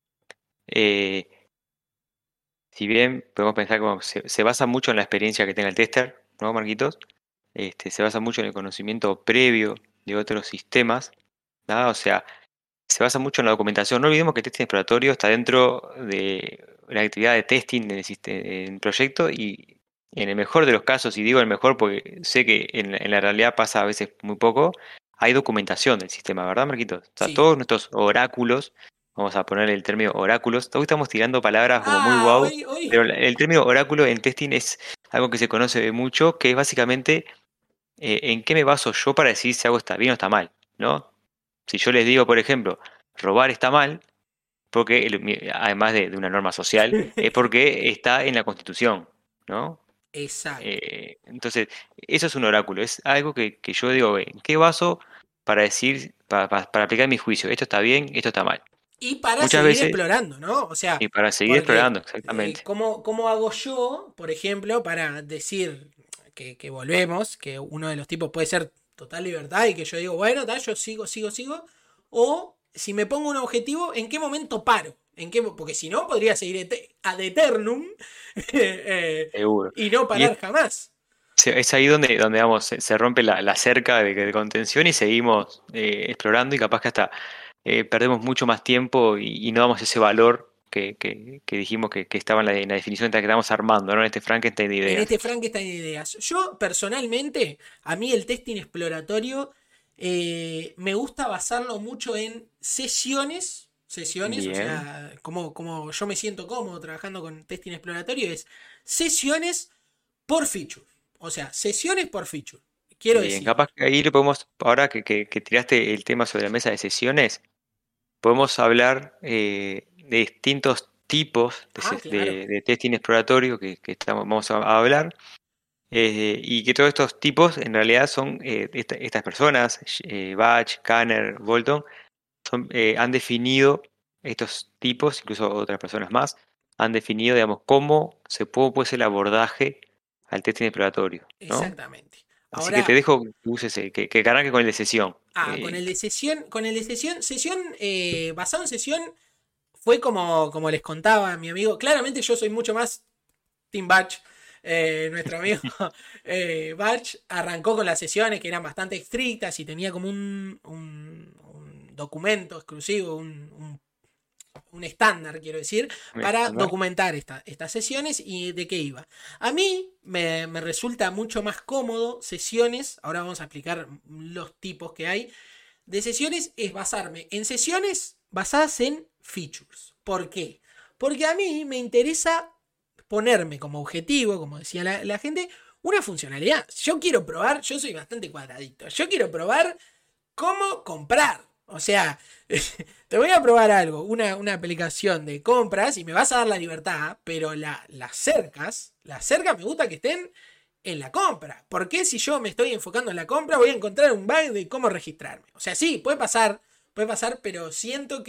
A: Eh, si bien podemos pensar como se basa mucho en la experiencia que tenga el tester, ¿no, Marquitos? Se basa mucho en el conocimiento previo de otros sistemas, ¿no? O sea, se basa mucho en la documentación. No olvidemos que el testing exploratorio está dentro de la actividad de testing en proyecto y en el mejor de los casos, y digo el mejor porque sé que en la realidad pasa a veces muy poco, hay documentación del sistema, ¿verdad, Marquitos? O sea,
B: Sí.
A: todos nuestros oráculos, vamos a ponerle el término oráculos, hoy estamos tirando palabras como muy
B: Ah,
A: guau,
B: hoy.
A: pero el término oráculo en testing es algo que se conoce mucho, que es básicamente en qué me baso yo para decir si algo está bien o está mal, ¿no? Si yo les digo, por ejemplo, robar está mal, porque además de una norma social, es porque está en la Constitución, ¿no?
B: Exacto.
A: Entonces, eso es un oráculo, es algo que yo digo, ¿en qué baso para decir, para aplicar mi juicio? Esto está bien, esto está mal.
B: Y para
A: Muchas
B: seguir
A: veces,
B: explorando, ¿no? O sea,
A: y para seguir
B: porque
A: explorando, exactamente.
B: ¿cómo hago yo, por ejemplo, para decir que volvemos, que uno de los tipos puede ser total libertad y que yo digo, bueno, yo sigo, o si me pongo un objetivo, ¿en qué momento paro? Porque si no, podría seguir ad eternum eh,
A: seguro.
B: y no
A: Y
B: parar jamás.
A: es ahí donde vamos, se rompe la cerca de contención y seguimos explorando y capaz que hasta perdemos mucho más tiempo y no damos ese valor que dijimos que estaba en la definición de la que estamos armando, ¿no? En este Frankenstein de
B: En
A: ideas.
B: este Frankenstein de ideas. Yo, personalmente, a mí el testing exploratorio me gusta basarlo mucho en sesiones, o
A: Bien,
B: sea, como yo me siento cómodo trabajando con testing exploratorio, es sesiones por feature. O sea, sesiones por feature. Quiero
A: bien.
B: decir,
A: Capaz que ahí le podemos, ahora que tiraste el tema sobre la mesa de sesiones, podemos hablar de distintos tipos
B: ah, claro,
A: de testing exploratorio vamos a hablar. Y que todos estos tipos en realidad son estas personas, Batch, Kanner, Bolton, han definido estos tipos, incluso otras personas más, han definido, digamos, puede ser el abordaje al testing exploratorio, ¿no?
B: exactamente.
A: Así que te
B: Ahora,
A: dejo que uses, que arranque con el de sesión.
B: con el de sesión basado en sesión fue como les contaba mi amigo. Claramente yo soy mucho más Team Batch. Nuestro amigo Batch arrancó con las sesiones que eran bastante estrictas y tenía como un documento exclusivo, un estándar, quiero decir, para
A: ¿Estándar?
B: documentar estas sesiones y de qué iba. A mí me resulta mucho más cómodo sesiones, ahora vamos a explicar los tipos que hay, de sesiones es basarme en sesiones basadas en features. ¿Por qué? Porque a mí me interesa ponerme como objetivo, como decía la gente, una funcionalidad. Yo quiero probar, yo soy bastante cuadradito, yo quiero probar cómo comprar. O sea, te voy a probar algo, una aplicación de compras y me vas a dar la libertad, pero las cercas me gusta que estén en la compra. Porque si yo me estoy enfocando en la compra voy a encontrar un bug de cómo registrarme? O sea, sí, puede pasar, pero siento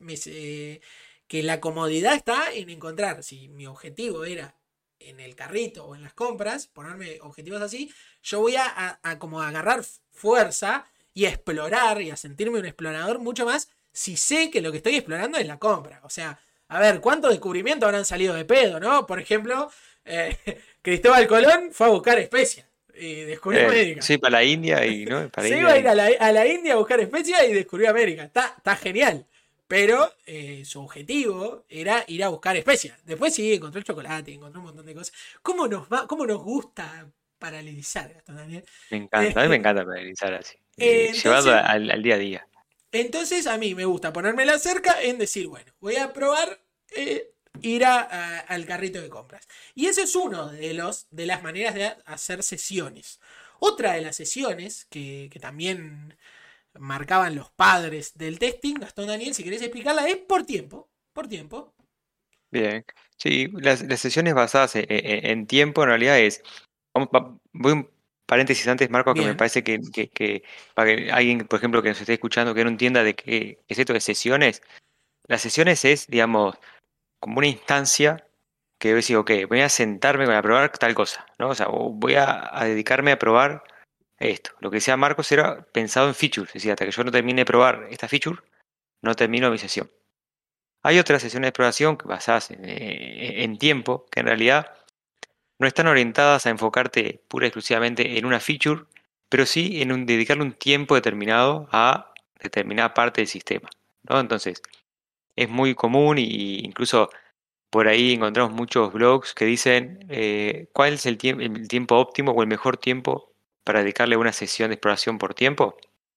B: que la comodidad está en encontrar. Si mi objetivo era en el carrito o en las compras, ponerme objetivos así, yo voy a como agarrar fuerza y a explorar y a sentirme un explorador mucho más si sé que lo que estoy explorando es la compra. O sea, a ver, ¿cuántos descubrimientos habrán salido de pedo, no? Por ejemplo, eh, Cristóbal Colón fue a buscar especias y descubrió América.
A: Sí, para la India y no, para
B: Se
A: India.
B: iba a ir a la India a buscar especias y descubrió América. Está genial. Pero su objetivo era ir a buscar especias. Después sí, encontró el chocolate, encontró un montón de cosas. ¿Cómo nos gusta paralelizar, Gastón Daniel?
A: Me encanta, a mí me encanta realizar así, llevado
B: Entonces,
A: al día a día.
B: entonces a mí me gusta ponérmela cerca en decir, bueno, voy a probar ir al carrito de compras. Y eso es uno de las maneras de hacer sesiones. Otra de las sesiones que también marcaban los padres del testing, Gastón Daniel, si querés explicarla, es por tiempo. Por tiempo.
A: Bien, sí, las sesiones basadas en tiempo en realidad es, voy un paréntesis antes, Marco, que me
B: Bien.
A: parece que para que alguien, por ejemplo, que nos esté escuchando, que no entienda de qué es esto de sesiones, las sesiones es, digamos, como una instancia que yo decir, ok, voy a sentarme a probar tal cosa, ¿no? O sea, o voy a dedicarme a probar esto. Lo que decía Marcos era pensado en features, es decir, hasta que yo no termine de probar esta feature, no termino mi sesión. Hay otras sesiones de exploración basadas en tiempo, que en realidad no están orientadas a enfocarte pura y exclusivamente en una feature, pero sí en dedicarle un tiempo determinado a determinada parte del sistema, ¿no? Entonces, es muy común y incluso por ahí encontramos muchos blogs que dicen cuál es el tiempo óptimo o el mejor tiempo para dedicarle una sesión de exploración por tiempo.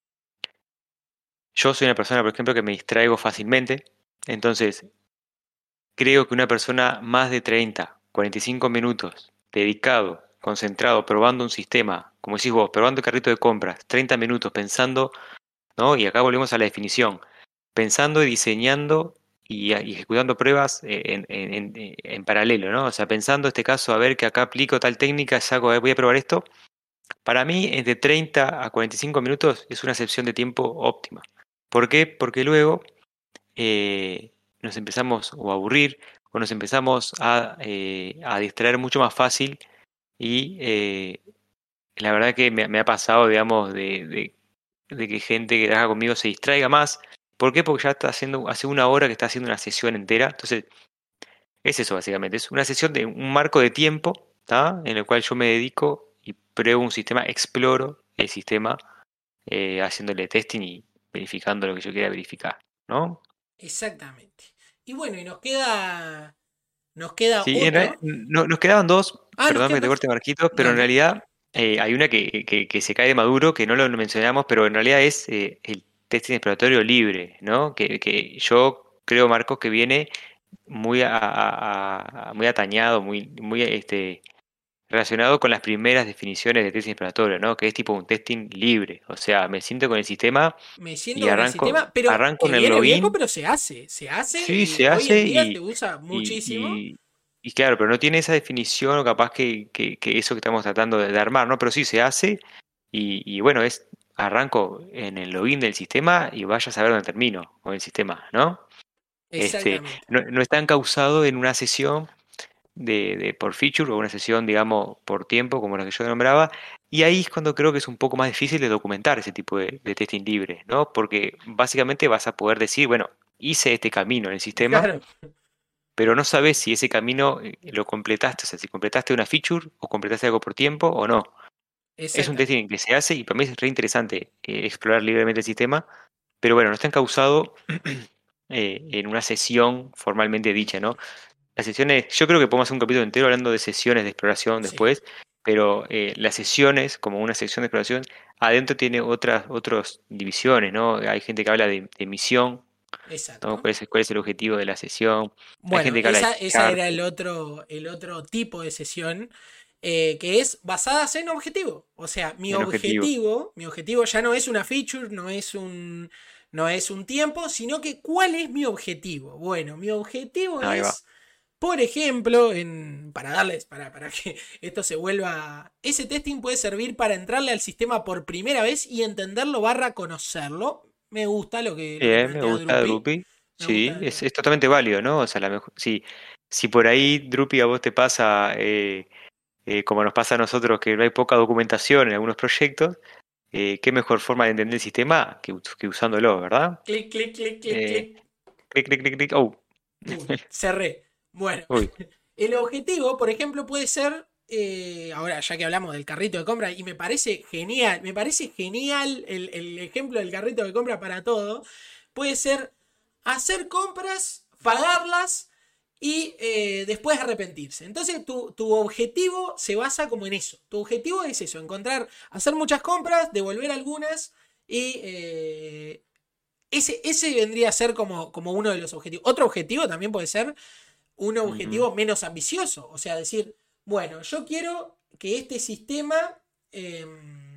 A: Yo soy una persona, por ejemplo, que me distraigo fácilmente, entonces creo que una persona más de 30, 45 minutos dedicado, concentrado, probando un sistema, como decís vos, probando el carrito de compras, 30 minutos pensando, ¿no? Y acá volvemos a la definición, pensando y diseñando y ejecutando pruebas en paralelo, ¿no? O sea, pensando este caso, a ver que acá aplico tal técnica, saco, a ver, voy a probar esto. Para mí, de 30 a 45 minutos es una excepción de tiempo óptima. ¿Por qué? Porque luego nos empezamos o a aburrir o nos empezamos a distraer mucho más fácil y la verdad que me ha pasado, digamos, de que gente que trabaja conmigo se distraiga más. ¿Por qué? Porque ya está haciendo, hace una hora que está haciendo una sesión entera. Entonces, es eso básicamente. Es una sesión de un marco de tiempo, ¿tá? En el cual yo me dedico y pruebo un sistema, exploro el sistema, haciéndole testing y verificando lo que yo quiera verificar, ¿no?
B: Exactamente. Y bueno, y nos queda
A: Sí,
B: otro.
A: nos quedaban dos,
B: Ah, nos
A: perdón
B: quedan
A: que te
B: dos.
A: corte Marquitos, pero en
B: Dale.
A: realidad hay una que se cae de Maduro, que no lo mencionamos, pero en realidad es el testing exploratorio libre, ¿no? Que yo creo, Marcos, que viene muy, muy atañado, muy relacionado con las primeras definiciones de testing exploratorio, ¿no? Que es tipo un testing libre. O sea, me siento con el sistema
B: Me siento
A: y
B: con el sistema, pero
A: arranco
B: que
A: en el
B: viene viejo,
A: login.
B: pero se hace. Se hace
A: Sí,
B: y
A: se
B: hoy en
A: hace
B: día se usa
A: y,
B: muchísimo.
A: y- y claro, pero no tiene esa definición o capaz que eso que estamos tratando de armar, ¿no? Pero sí se hace y bueno, arranco en el login del sistema y vaya a saber dónde termino con el sistema, ¿no?
B: Exactamente.
A: No está encausado en una sesión por feature o una sesión, digamos, por tiempo, como la que yo nombraba. Y ahí es cuando creo que es un poco más difícil de documentar ese tipo de testing libre, ¿no? Porque básicamente vas a poder decir, bueno, hice este camino en el sistema,
B: Claro,
A: pero no sabes si ese camino lo completaste, o sea, si completaste una feature o completaste algo por tiempo o no. Es un
B: exactamente.
A: testing que se hace y para mí es re interesante explorar libremente el sistema, pero bueno, no está encausado en una sesión formalmente dicha, ¿no? Las sesiones, yo creo que podemos hacer un capítulo entero hablando de sesiones de exploración
B: Sí,
A: después, pero las sesiones, como una sección de exploración, adentro tiene otras divisiones, ¿no? Hay gente que habla de misión, ¿no?
B: exacto.
A: Cuál es el objetivo de la sesión? Hay
B: Bueno,
A: gente que habla de
B: esa
A: chart,
B: era el otro tipo de sesión, que es basadas en objetivo. O sea, mi
A: el objetivo.
B: objetivo, mi objetivo ya no es una feature, no es un tiempo, sino que ¿cuál es mi objetivo? Bueno, mi objetivo
A: Ahí va.
B: es, por ejemplo, para que esto se vuelva. Ese testing puede servir para entrarle al sistema por primera vez y entenderlo barra conocerlo. Me gusta lo que
A: Bien, me
B: plantea
A: gusta
B: Drupi.
A: Drupi.
B: Me
A: Sí,
B: gusta.
A: es totalmente válido, ¿no? O sea, si por ahí, Drupi, a vos te pasa, como nos pasa a nosotros, que no hay poca documentación en algunos proyectos, qué mejor forma de entender el sistema que usándolo, ¿verdad?
B: Clic, clic, clic, clic,
A: Eh,
B: clic.
A: clic, clic, clic, clic. Oh,
B: Cerré. Bueno,
A: uy,
B: el objetivo, por ejemplo, puede ser. Ahora, ya que hablamos del carrito de compra, y me parece genial el ejemplo del carrito de compra para todo. Puede ser hacer compras, pagarlas y después arrepentirse. Entonces, tu objetivo se basa como en eso. Tu objetivo es eso: hacer muchas compras, devolver algunas y ese vendría a ser como uno de los objetivos. Otro objetivo también puede ser un
A: ujú,
B: objetivo menos ambicioso. O sea, decir, bueno, yo quiero que este sistema eh,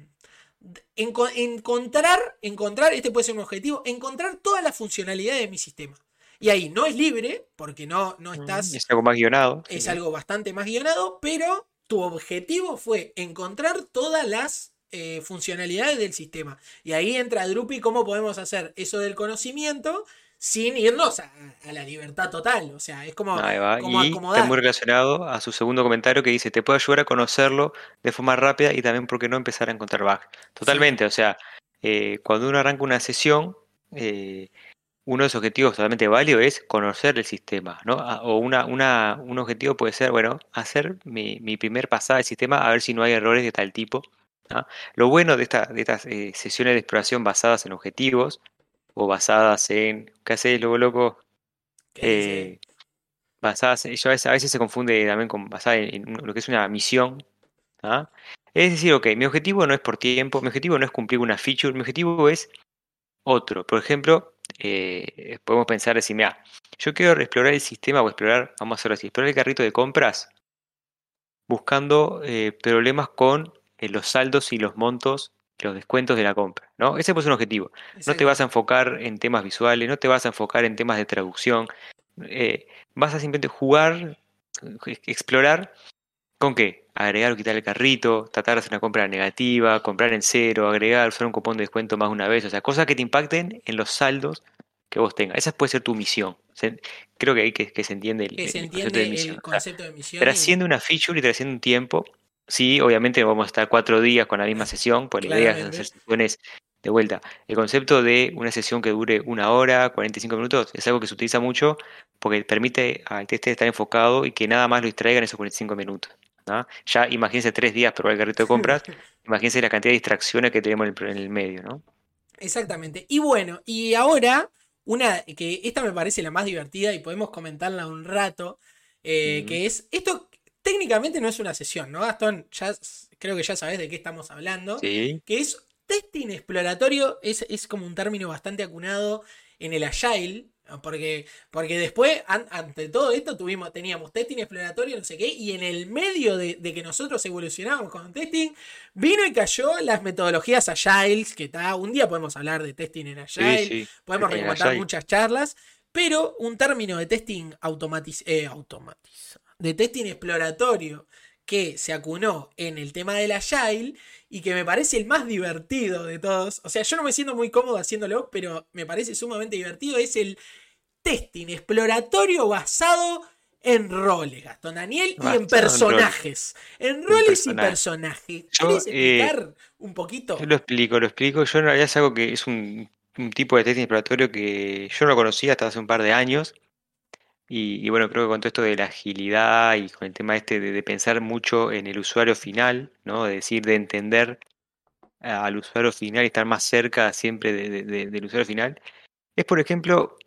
B: este puede ser un objetivo, encontrar todas las funcionalidades de mi sistema. Y ahí no es libre, porque no estás,
A: es algo más guionado, sí,
B: es
A: sí.
B: algo bastante más guionado, pero tu objetivo fue encontrar todas las funcionalidades del sistema. Y ahí entra Drupi, cómo podemos hacer eso del conocimiento sin irnos a la libertad total. O sea, es como,
A: Ahí va.
B: como
A: Y está muy
B: acomodar.
A: relacionado a su segundo comentario que dice, te puede ayudar a conocerlo de forma rápida y también, ¿por qué no empezar a encontrar bugs?
B: Sí,
A: Totalmente, o sea, cuando uno arranca una sesión, uno de los objetivos totalmente válido es conocer el sistema, ¿no? O un objetivo puede ser, bueno, hacer mi primer pasada del sistema a ver si no hay errores de tal tipo. ¿Ah? Lo bueno de estas sesiones de exploración basadas en objetivos o basadas en, ¿qué haces, loco, loco?
B: ¿qué dice?
A: Eh, yo a veces se confunde también con basada en lo que es una misión. ¿Ah? Es decir, ok, mi objetivo no es por tiempo, mi objetivo no es cumplir una feature, mi objetivo es otro. Por ejemplo, podemos pensar, decir, mira, yo quiero explorar el sistema o explorar, vamos a hacerlo así, explorar el carrito de compras buscando problemas con los saldos y los montos, los descuentos de la compra, ¿no? Ese pues es un objetivo. No te vas a
B: Exactamente.
A: enfocar en temas visuales, no te vas a enfocar en temas de traducción, vas a simplemente jugar, explorar. ¿Con qué? Agregar o quitar el carrito, tratar de hacer una compra negativa, comprar en cero, agregar, usar un cupón de descuento más de una vez, o sea, cosas que te impacten en los saldos que vos tengas. Esa puede ser tu misión. Creo que ahí que se entiende
B: Que se
A: el concepto de
B: entiende
A: misión.
B: el
A: O sea,
B: concepto de misión y
A: trasciende una feature y trasciende un tiempo. Sí, obviamente vamos a estar 4 días con la misma sesión, pues la idea es hacer
B: claramente.
A: sesiones de vuelta. El concepto de una sesión que dure 1 hora, 45 minutos, es algo que se utiliza mucho porque permite al tester estar enfocado y que nada más lo distraiga en esos 45 minutos. ¿No? Ya imagínense 3 días probar el carrito de compras, imagínense la cantidad de distracciones que tenemos en el medio, ¿no?
B: Exactamente. Y bueno, y ahora, una que esta me parece la más divertida y podemos comentarla un rato,
A: Mm.
B: que es, esto técnicamente no es una sesión, ¿no, Gastón? Creo que ya sabes de qué estamos hablando,
A: Sí,
B: que es testing exploratorio, es como un término bastante acunado en el Agile, ¿no? Porque después, ante todo esto, teníamos testing exploratorio, no sé qué, y en el medio de que nosotros evolucionábamos con testing, vino y cayó las metodologías Agiles, que está, un día podemos hablar de testing en
A: sí,
B: Agile,
A: sí.
B: podemos
A: En
B: recomendar
A: Agile.
B: muchas charlas, pero un término de testing de testing exploratorio que se acunó en el tema del Agile y que me parece el más divertido de todos. O sea, yo no me siento muy cómodo haciéndolo, pero me parece sumamente divertido. Es el testing exploratorio basado en roles, Gastón Daniel, y en
A: Basado en rol,
B: personajes. En
A: en
B: roles y
A: personaje.
B: personajes.
A: Yo,
B: ¿Querés explicar un
A: yo
B: poquito?
A: lo explico. Yo en realidad es algo que es un tipo de testing exploratorio que yo no conocía hasta hace un par de años. Y bueno, creo que con todo esto de la agilidad y con el tema este de pensar mucho en el usuario final, ¿no? De decir, de entender al usuario final y estar más cerca siempre del usuario final, es por ejemplo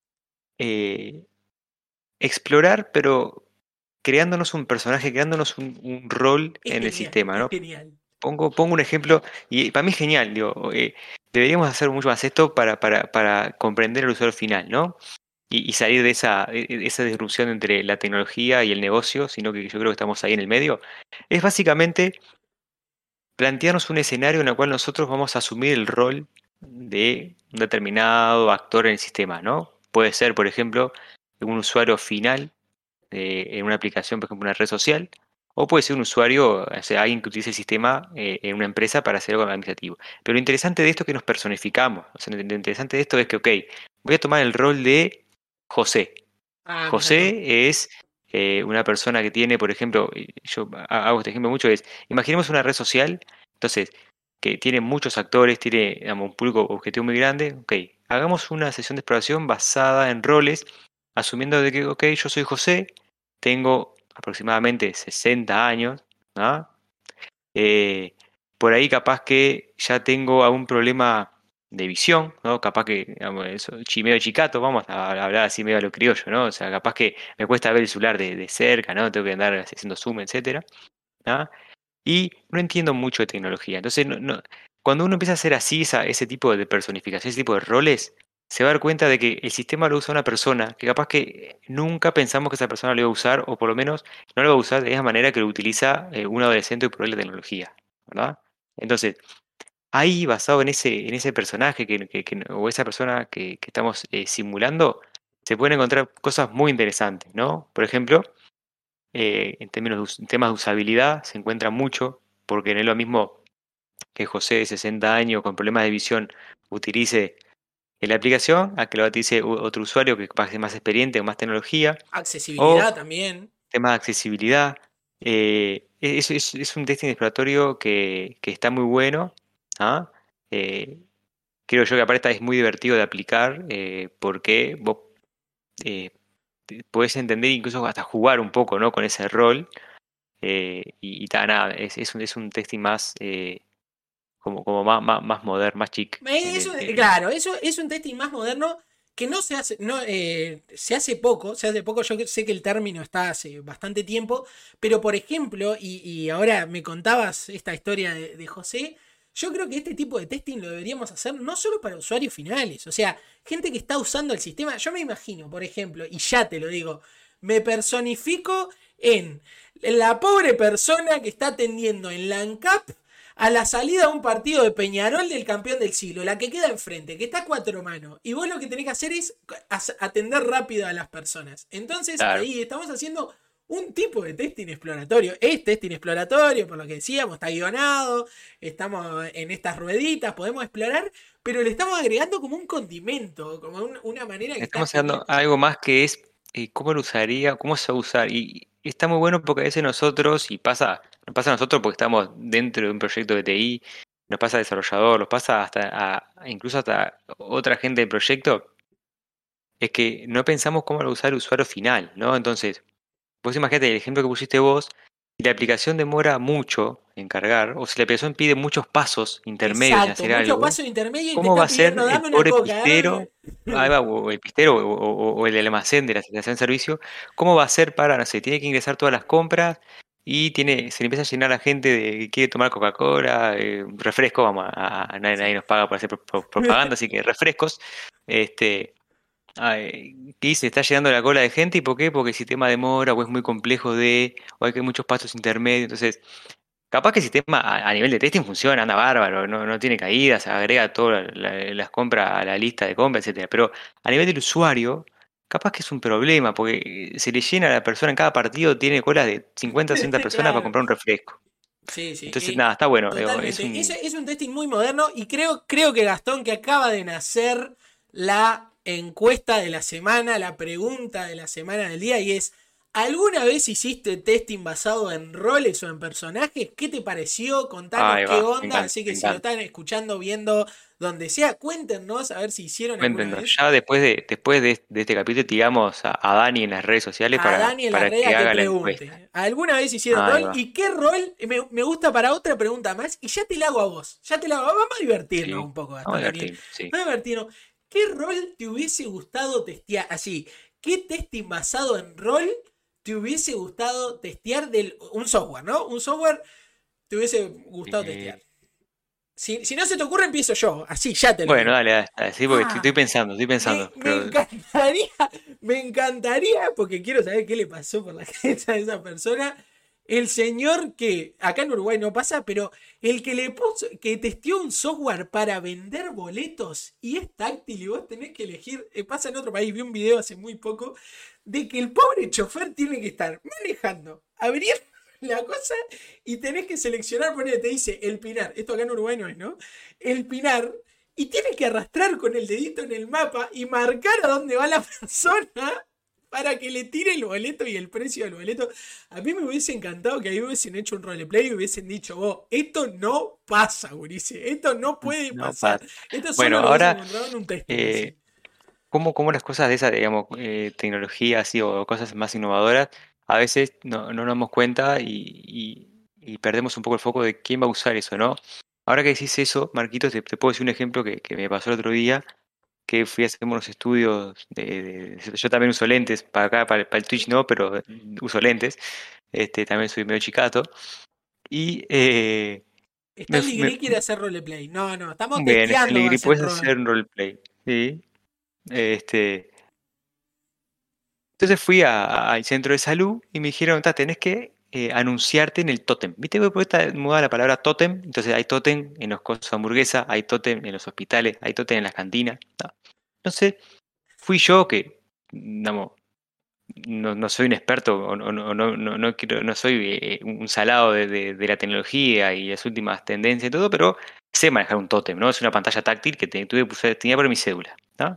A: eh, explorar, pero creándonos un personaje, creándonos un rol
B: Es
A: en el
B: genial,
A: sistema,
B: es
A: ¿no?
B: genial.
A: Pongo un ejemplo, y para mí es genial, digo, deberíamos hacer mucho más esto para comprender al usuario final, ¿no? Y salir de esa disrupción entre la tecnología y el negocio, sino que yo creo que estamos ahí en el medio, es básicamente plantearnos un escenario en el cual nosotros vamos a asumir el rol de un determinado actor en el sistema, ¿no? Puede ser, por ejemplo, un usuario final en una aplicación, por ejemplo, una red social, o puede ser un usuario, o sea, alguien que utilice el sistema en una empresa para hacer algo administrativo. Pero lo interesante de esto es que nos personificamos. O sea, lo interesante de esto es que, ok, voy a tomar el rol de José.
B: Ah, me encantó.
A: José es una persona que tiene, por ejemplo, yo hago este ejemplo mucho, es, imaginemos una red social, entonces, que tiene muchos actores, tiene, digamos, un público objetivo muy grande, ok, hagamos una sesión de exploración basada en roles, asumiendo de que, ok, yo soy José, tengo aproximadamente 60 años, ¿no? Eh, por ahí capaz que ya tengo algún problema de visión, ¿no? Capaz que, digamos, eso, medio chicato, vamos a hablar así medio a lo criollo, ¿no? O sea, capaz que me cuesta ver el celular de cerca, ¿no? Tengo que andar haciendo zoom, etcétera, ¿ah? Y no entiendo mucho de tecnología. Entonces, cuando uno empieza a hacer así ese tipo de personificación, ese tipo de roles, se va a dar cuenta de que el sistema lo usa una persona que capaz que nunca pensamos que esa persona lo iba a usar, o por lo menos no lo va a usar de esa manera que lo utiliza un adolescente por la tecnología, ¿verdad? Entonces, ahí, basado en ese personaje o esa persona que estamos simulando, se pueden encontrar cosas muy interesantes, ¿no? Por ejemplo, en temas de usabilidad se encuentra mucho, porque no es lo mismo que José de 60 años con problemas de visión utilice la aplicación a que lo utilice otro usuario que capaz es más experiente o más tecnología, o
B: Accesibilidad también.
A: temas de accesibilidad. Es un testing exploratorio que está muy bueno. ¿Ah? Eh, Creo yo que aparte es muy divertido de aplicar porque vos eh, podés entender, incluso hasta jugar un poco, ¿no? Con ese rol. Nada, es un testing más, como más moderno, más chic.
B: Claro, eso es un testing más moderno que no se hace, no, se hace poco, yo sé que el término está hace bastante tiempo, pero por ejemplo, y ahora me contabas esta historia de José, yo creo que este tipo de testing lo deberíamos hacer no solo para usuarios finales, o sea, gente que está usando el sistema, yo me imagino, por ejemplo, y ya te lo digo, me personifico en la pobre persona que está atendiendo en la ANCAP a la salida de un partido de Peñarol del campeón del siglo, la que queda enfrente, que está a cuatro manos. Y vos lo que tenés que hacer es atender rápido a las personas. Entonces
A: Claro.
B: ahí estamos haciendo un tipo de testing exploratorio. Es testing exploratorio, por lo que decíamos, está guionado, estamos en estas rueditas, podemos explorar, pero le estamos agregando como un condimento, como una manera que está
A: Estamos
B: genial.
A: haciendo algo más que es cómo lo usaría, cómo se va a usar. Y está muy bueno porque a veces nosotros, y pasa nos pasa a nosotros porque estamos dentro de un proyecto de TI, nos pasa al desarrollador, nos pasa incluso hasta otra gente del proyecto, es que no pensamos cómo lo va a usar el usuario final, ¿no? Entonces, vos imagínate el ejemplo que pusiste vos, si la aplicación demora mucho en cargar, o si la aplicación pide muchos pasos intermedios en
B: Exacto,
A: hacer
B: mucho
A: algo,
B: paso intermedio y te
A: ¿cómo va
B: está
A: a ser
B: pidiendo,
A: el
B: dame una
A: pobre
B: coca,
A: pistero,
B: dame.
A: ahí va, o el pistero o el almacén de la estación de servicio? ¿Cómo va a ser para, no sé, tiene que ingresar todas las compras y se le empieza a llenar la gente de que quiere tomar Coca-Cola, refresco, nadie
B: Sí.
A: nos paga por hacer propaganda, así que refrescos, este, ¿qué dice? Está llegando la cola de gente, ¿y por qué? Porque el sistema demora o es muy complejo o hay que muchos pasos intermedios, entonces capaz que el sistema a nivel de testing funciona, anda bárbaro, no tiene caídas, agrega todas las compras a la lista de compras, etcétera. Pero a nivel del usuario, capaz que es un problema, porque se le llena a la persona en cada partido, tiene colas de 50 o 60 personas para
B: Claro.
A: comprar un refresco.
B: Sí, sí,
A: Entonces, nada, está bueno. Digo,
B: totalmente. Es un testing muy moderno y creo que Gastón, que acaba de nacer la encuesta de la semana, la pregunta de la semana del día, y es, ¿alguna vez hiciste testing basado en roles o en personajes? ¿Qué te pareció? Contanos
A: ahí
B: qué
A: va, me
B: onda.
A: encanta,
B: Así
A: me
B: que si lo
A: encanta.
B: están escuchando, viendo, donde sea, cuéntenos a ver si hicieron alguna
A: Cuéntenos,
B: vez.
A: ya después de este capítulo tiramos a Dani en las redes sociales
B: A
A: para,
B: Dani en las
A: para
B: redes
A: que
B: a que
A: haga la encuesta.
B: pregunte. ¿Alguna vez hicieron
A: Ahí
B: rol?
A: va.
B: ¿Y qué rol? Me gusta para otra pregunta más. Y ya te la hago a vos. Ya te la hago. Vamos a divertirnos
A: Sí,
B: un poco,
A: vamos a
B: Gastón Daniel.
A: divertirnos, sí.
B: Vamos a divertirnos. ¿Qué rol te hubiese gustado testear? Así, ¿qué testing basado en rol te hubiese gustado testear de un software, ¿no? Un software te hubiese gustado testear.
A: Eh,
B: Si no se te ocurre, empiezo yo. Así, ya te lo
A: Bueno,
B: digo.
A: dale, dale, dale, sí, porque estoy
B: Ah,
A: pensando,
B: me
A: pero
B: encantaría, me encantaría, porque quiero saber qué le pasó por la cabeza a esa persona. El señor que acá en Uruguay no pasa, pero el que le puso, que testeó un software para vender boletos y es táctil y vos tenés que elegir, pasa en otro país, vi un video hace muy poco, de que el pobre chofer tiene que estar manejando, abrir la cosa y tenés que seleccionar, ponele, te dice el Pinar, esto acá en Uruguay no es, ¿no? El Pinar, y tienes que arrastrar con el dedito en el mapa y marcar a dónde va la persona para que le tire el boleto y el precio del boleto. A mí me hubiese encantado que ahí hubiesen hecho un roleplay y hubiesen dicho, vos, esto no pasa, Gurice, esto no puede
A: no
B: pasar.
A: pasa.
B: Esto
A: Bueno,
B: solo lo hubiese
A: ahora,
B: encontrado en un testing
A: eh,
B: así.
A: ¿cómo las cosas de esas, digamos, tecnología así o cosas más innovadoras, a veces no nos damos cuenta y perdemos un poco el foco de quién va a usar eso, ¿no? Ahora que decís eso, Marquitos, te puedo decir un ejemplo que me pasó el otro día, que fui a hacer unos estudios yo también uso lentes, para acá, para el Twitch no, pero uso lentes, también soy medio chicato, y
B: Stanley Gris quiere hacer roleplay. No, no, estamos
A: bien,
B: testeando
A: Stanley,
B: más en
A: puedes
B: rol.
A: hacer un roleplay, ¿sí? Este, entonces fui al centro de salud y me dijeron, tenés que anunciarte en el tótem. ¿Viste? Porque está mudada la palabra tótem, entonces hay tótem en los cosos de hamburguesa, hay tótem en los hospitales, hay tótem en las cantinas. ¿No? Entonces fui yo que, digamos, no soy un experto, no soy un salado de la tecnología y las últimas tendencias y todo, pero sé manejar un tótem, ¿no? Es una pantalla táctil que tenía por mi cédula, ¿no?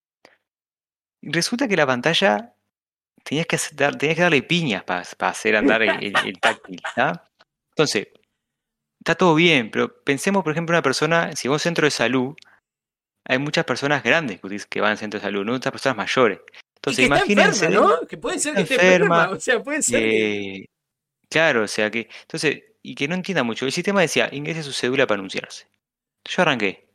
A: Y resulta que la pantalla tenías que darle piñas para hacer andar el táctil, ¿tá? Entonces, está todo bien, pero pensemos, por ejemplo, una persona, si vas a un centro de salud, hay muchas personas grandes que van al centro de salud, ¿no? Muchas personas mayores.
B: Y
A: Entonces,
B: que está enferma,
A: imagínense
B: ¿no? Que puede
A: que
B: ser
A: está
B: que esté enferma.
A: enferma,
B: O sea, puede ser que.
A: eh, claro, o sea que, entonces, y que no entienda mucho. El sistema decía, ingrese su cédula para anunciarse. Yo arranqué,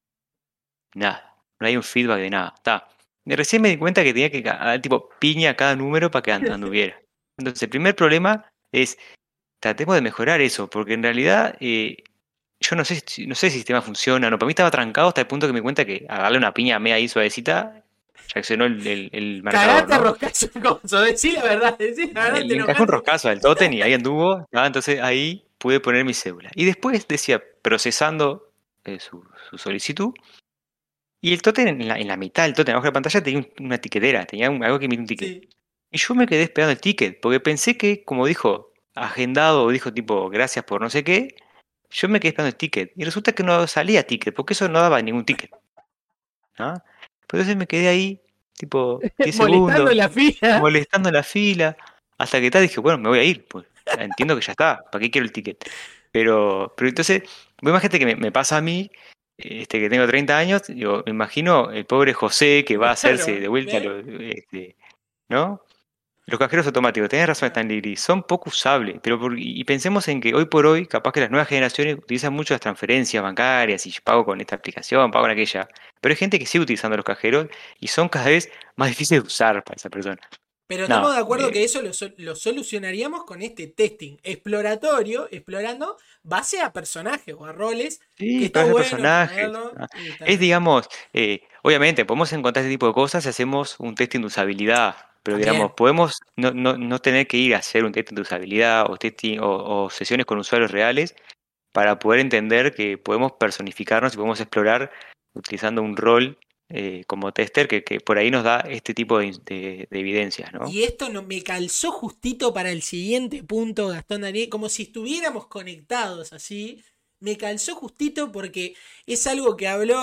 A: nada, no hay un feedback de nada, está. Y recién me di cuenta que tenía que dar tipo piña a cada número para que anduviera. Entonces, el primer problema es tratemos de mejorar eso, porque en realidad yo no sé si el sistema funciona, no, para mí estaba trancado hasta el punto que me di cuenta que a darle una piña media ahí suavecita, reaccionó el marcador,
B: Cagate a
A: ¿no?
B: roscazo con eso. Decí la verdad, te
A: Le encajó un
B: enojaste.
A: roscazo al tótem y ahí anduvo, entonces ahí pude poner mi cédula. Y después decía, procesando su solicitud, y el tótem en la mitad del tótem, abajo de la pantalla, tenía una tiquetera, tenía algo que emite un ticket.
B: Sí.
A: Y yo me quedé esperando el ticket, porque pensé que, como dijo agendado o dijo tipo gracias por no sé qué, yo me quedé esperando el ticket. Y resulta que no salía ticket, porque eso no daba ningún ticket. ¿No? Pero entonces me quedé ahí, tipo 10
B: Molestando
A: segundos,
B: la fila.
A: molestando la fila, hasta que tal dije, bueno, me voy a ir. Pues. entiendo que ya está, ¿para qué quiero el ticket? Pero entonces, vos imagínate que me pasa a mí, que tengo 30 años, digo, me imagino el pobre José que va a hacerse
B: Claro,
A: de vuelta,
B: ¿ves?
A: ¿no? Los cajeros automáticos, tenés razón,
B: Claro.
A: Stanley, son poco usables, pero y pensemos en que hoy por hoy, capaz que las nuevas generaciones utilizan mucho las transferencias bancarias y yo pago con esta aplicación, pago con aquella, pero hay gente que sigue utilizando los cajeros y son cada vez más difíciles de usar para esa persona.
B: Pero estamos
A: No,
B: de acuerdo que eso lo solucionaríamos con este testing exploratorio, explorando base a personajes o a roles, que
A: sí,
B: está
A: para hacer
B: bueno
A: personajes.
B: tenerlo
A: ¿No?
B: y está
A: Es,
B: perfecto.
A: digamos, obviamente, podemos encontrar este tipo de cosas si hacemos un testing de usabilidad, pero digamos,
B: También.
A: podemos no tener que ir a hacer un testing de usabilidad o, testing, o sesiones con usuarios reales para poder entender que podemos personificarnos y podemos explorar utilizando un rol como tester que por ahí nos da este tipo de evidencias, ¿no?
B: Y esto no, me calzó justito para el siguiente punto, Gastón Daniel, como si estuviéramos conectados así. Me calzó justito porque es algo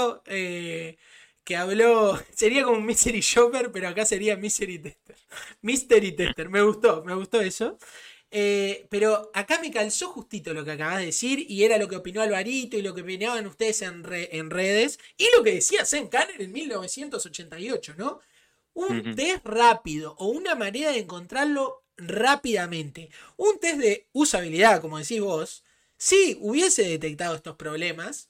B: que habló, sería como un Mystery Shopper, pero acá sería Mystery Tester. Mystery Tester, me gustó eso. Pero acá me calzó justito lo que acabas de decir y era lo que opinó Alvarito y lo que opinaban ustedes en redes y lo que decía Sam Kanner en 1988, ¿no? Un
A: Ujú.
B: test rápido o una manera de encontrarlo rápidamente. Un test de usabilidad, como decís vos, sí hubiese detectado estos problemas,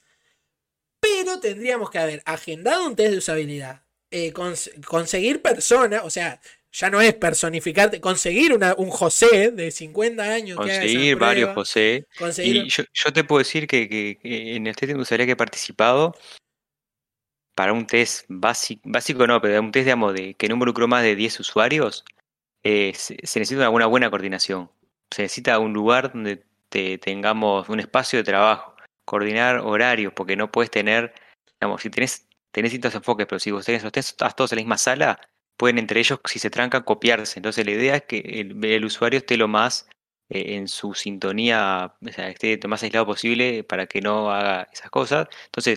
B: pero tendríamos que haber agendado un test de usabilidad, conseguir personas, o sea, ya no es personificarte, conseguir un José de 50 años que haga esa
A: Conseguir varios
B: prueba,
A: José. Y
B: conseguir...
A: yo te puedo decir que en el testing de usabilidad que he participado, para un test básico, básico no, pero un test, digamos, que no involucró más de 10 usuarios, se necesita una buena coordinación. Se necesita un lugar donde tengamos un espacio de trabajo, coordinar horarios, porque no puedes tener, digamos, si tenés distintos enfoques, pero si vos tenés los test, estás todos en la misma sala, pueden entre ellos, si se trancan, copiarse. Entonces la idea es que el usuario esté lo más en su sintonía, o sea, esté lo más aislado posible para que no haga esas cosas. Entonces,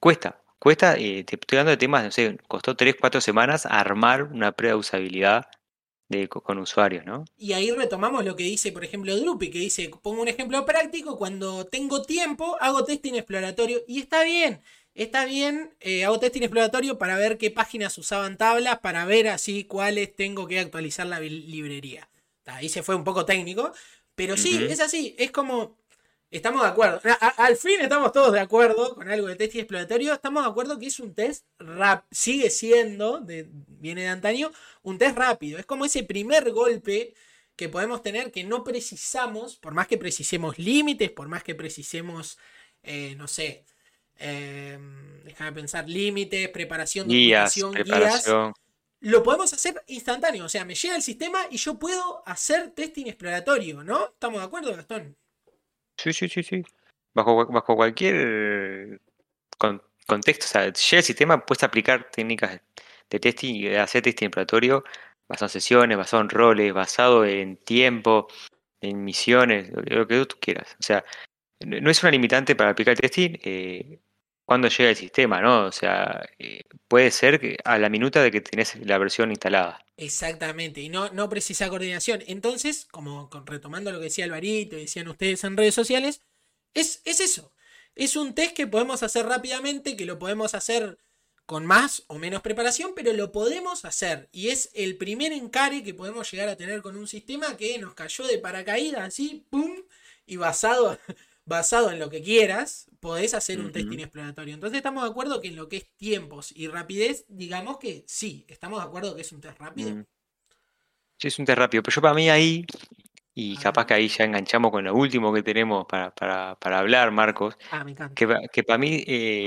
A: cuesta, te estoy hablando de temas, no sé, costó 3 4 semanas armar una prueba de usabilidad con usuarios, ¿no?
B: Y ahí retomamos lo que dice, por ejemplo, Drupi, que dice, pongo un ejemplo práctico, cuando tengo tiempo hago testing exploratorio y está bien, hago testing exploratorio para ver qué páginas usaban tablas, para ver así cuáles tengo que actualizar la librería. Ahí se fue un poco técnico, pero sí,
A: Ujú.
B: es así, es como... Estamos de acuerdo. Al fin estamos todos de acuerdo con algo de testing exploratorio. Estamos de acuerdo que es un test sigue siendo, viene de antaño, un test rápido. Es como ese primer golpe que podemos tener que no precisamos, por más que precisemos límites, por más que precisemos, no sé, eh, déjame pensar, límites, preparación,
A: Guías,
B: documentación, guías,
A: preparación.
B: lo podemos hacer instantáneo. O sea, me llega el sistema y yo puedo hacer testing exploratorio, ¿no? ¿Estamos de acuerdo, Gastón?
A: Sí, sí, sí, sí. Bajo cualquier contexto, o sea, llega el sistema, puedes aplicar técnicas de testing y hacer testing exploratorio basado en sesiones, basado en roles, basado en tiempo, en misiones, lo que tú quieras. O sea, no es una limitante para aplicar testing cuando llega el sistema, ¿no? O sea, puede ser que a la minuta de que tenés la versión instalada.
B: Exactamente, y no precisa coordinación. Entonces, como retomando lo que decía Alvarito y decían ustedes en redes sociales, es eso. Es un test que podemos hacer rápidamente, que lo podemos hacer con más o menos preparación, pero lo podemos hacer. Y es el primer encare que podemos llegar a tener con un sistema que nos cayó de paracaídas, así, ¡pum! Y basado en lo que quieras, podés hacer un testing
A: Ujú.
B: exploratorio. Entonces estamos de acuerdo que en lo que es tiempos y rapidez, digamos que sí, estamos de acuerdo que es un test rápido.
A: Mm. Sí, es un test rápido, pero yo para mí ahí, y
B: A
A: capaz
B: ver.
A: que ahí ya enganchamos con lo último que tenemos para hablar, Marcos,
B: Ah, me encanta.
A: que para mí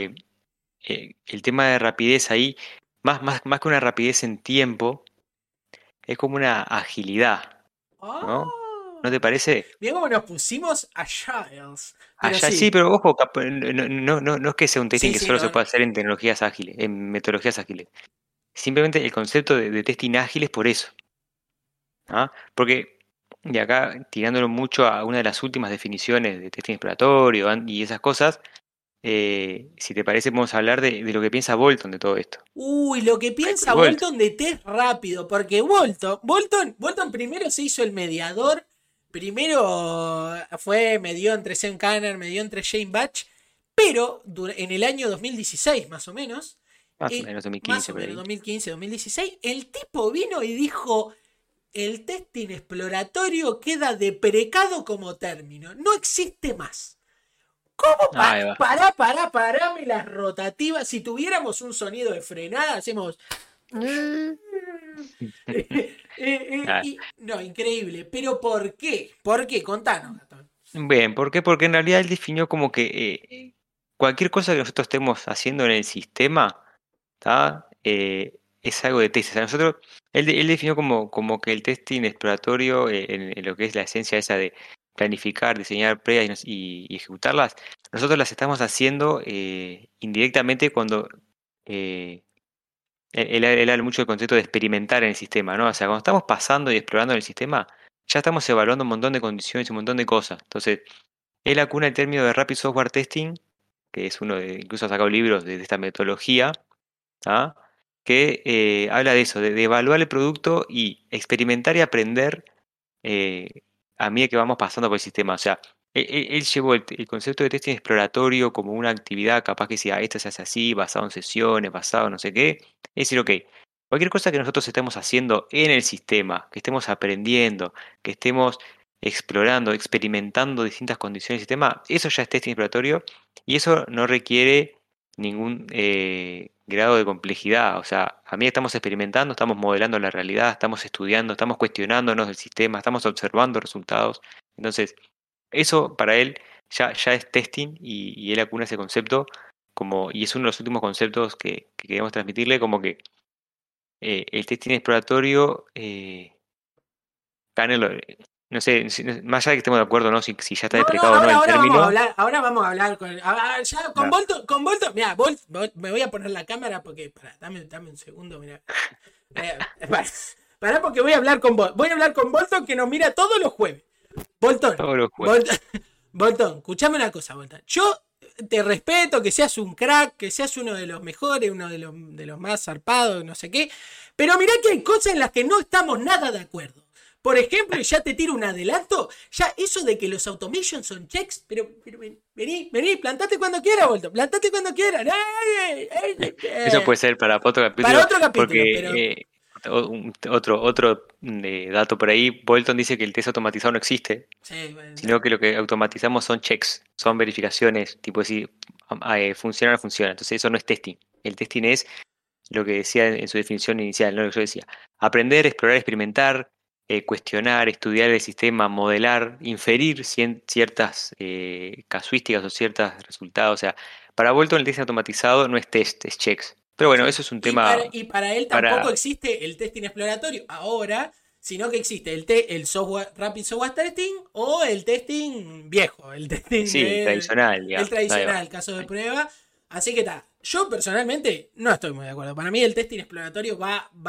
A: el tema de rapidez ahí, más que una rapidez en tiempo, es como una agilidad, ¿no? ¿No te
B: ¡Oh!
A: parece?
B: Mira cómo nos pusimos a Giles. Pero
A: Allá sí,
B: sí,
A: pero ojo, no es que sea un testing
B: sí,
A: que
B: sí,
A: solo se
B: no,
A: puede hacer en tecnologías ágiles, en metodologías ágiles. Simplemente el concepto de testing ágil es por eso. ¿Ah? Porque, de acá, tirándolo mucho a una de las últimas definiciones de testing exploratorio y esas cosas, si te parece, podemos hablar de lo que piensa Bolton de todo esto.
B: Uy, lo que
A: Michael
B: piensa
A: Bolton.
B: Bolton de test rápido, porque Bolton primero se hizo el mediador, primero me dio entre Sean Canner, me dio entre Shane Batch, pero en el año 2016 más o menos,
A: Más o menos
B: más
A: 2015
B: o
A: por
B: menos
A: ahí.
B: 2015, 2016, el tipo vino y dijo, el testing exploratorio queda deprecado como término, no existe más. ¿Cómo?
A: Ahí va.
B: Parame las rotativas. Si tuviéramos un sonido de frenada, hacemos.
A: Ah,
B: No, increíble. Pero ¿por qué? ¿Por qué? Contanos, Gastón.
A: bien, ¿por qué? Porque en realidad él definió como que cualquier cosa que nosotros estemos haciendo en el sistema, ¿tá? Es algo de test. O sea, él definió como que el testing exploratorio, en lo que es la esencia esa de planificar, diseñar pruebas y ejecutarlas, nosotros las estamos haciendo indirectamente cuando eh, él habla mucho del concepto de experimentar en el sistema, ¿no? O sea, cuando estamos pasando y explorando en el sistema, ya estamos evaluando un montón de condiciones y un montón de cosas. Entonces, él acuna el término de Rapid Software Testing, que es uno de, incluso ha sacado libros de esta metodología, ¿ah? Que habla de eso, de evaluar el producto y experimentar y aprender eh, a medida que vamos pasando por el sistema. O sea, él llevó el concepto de testing exploratorio como una actividad capaz que sea, esto se hace así, basado en sesiones, basado en no sé qué. Es decir, ok, cualquier cosa que nosotros estemos haciendo en el sistema, que estemos aprendiendo, que estemos explorando, experimentando distintas condiciones del sistema, eso ya es testing exploratorio y eso no requiere ningún grado de complejidad. O sea, a mí estamos experimentando, estamos modelando la realidad, estamos estudiando, estamos cuestionándonos del sistema, estamos observando resultados. Entonces, eso para él ya es testing y él acuna ese concepto como, y es uno de los últimos conceptos que queremos transmitirle, como que el testing exploratorio, Canelo, no sé, más allá de que estemos de acuerdo, ¿no? Si ya está
B: No, no,
A: deprecado o no el término.
B: ahora vamos a hablar ya
A: Ah,
B: Con Bolton, mira, me voy a poner la cámara porque, dame un segundo, mira. Pará porque voy a hablar con voy a hablar con Bolton que nos mira todos los jueves. Bolton,
A: todos los jueves.
B: Bolton, Bolton, escuchame una cosa, Bolton. Yo te respeto, que seas un crack, que seas uno de los mejores, uno de los más zarpados, no sé qué. Pero mirá que hay cosas en las que no estamos nada de acuerdo. Por ejemplo, y ya te tiro un adelanto, ya eso de que los automations son checks, pero vení, plantate cuando quiera, Bolton, plantate cuando quiera.
A: Eso puede ser para otro
B: Para
A: capítulo,
B: otro capítulo, pero
A: porque otro dato por ahí, Bolton dice que el test automatizado no existe,
B: sí,
A: sino que lo que automatizamos son checks, son verificaciones, tipo decir, funciona o no funciona. Entonces eso no es testing. El testing es lo que decía en su definición inicial, ¿no? Lo que yo decía, aprender, explorar, experimentar, cuestionar, estudiar el sistema, modelar, inferir ciertas casuísticas o ciertos resultados. O sea, para Bolton el test automatizado no es test, es checks. Pero bueno,
B: sí.
A: eso es un tema
B: Y para él tampoco
A: para...
B: existe el testing exploratorio ahora, sino que existe el software, Rapid Software Testing o el testing viejo, el testing
A: Sí, tradicional,
B: el
A: digamos. Ahí va.
B: tradicional, caso de prueba. Así que está. Yo personalmente no estoy muy de acuerdo. Para mí el testing exploratorio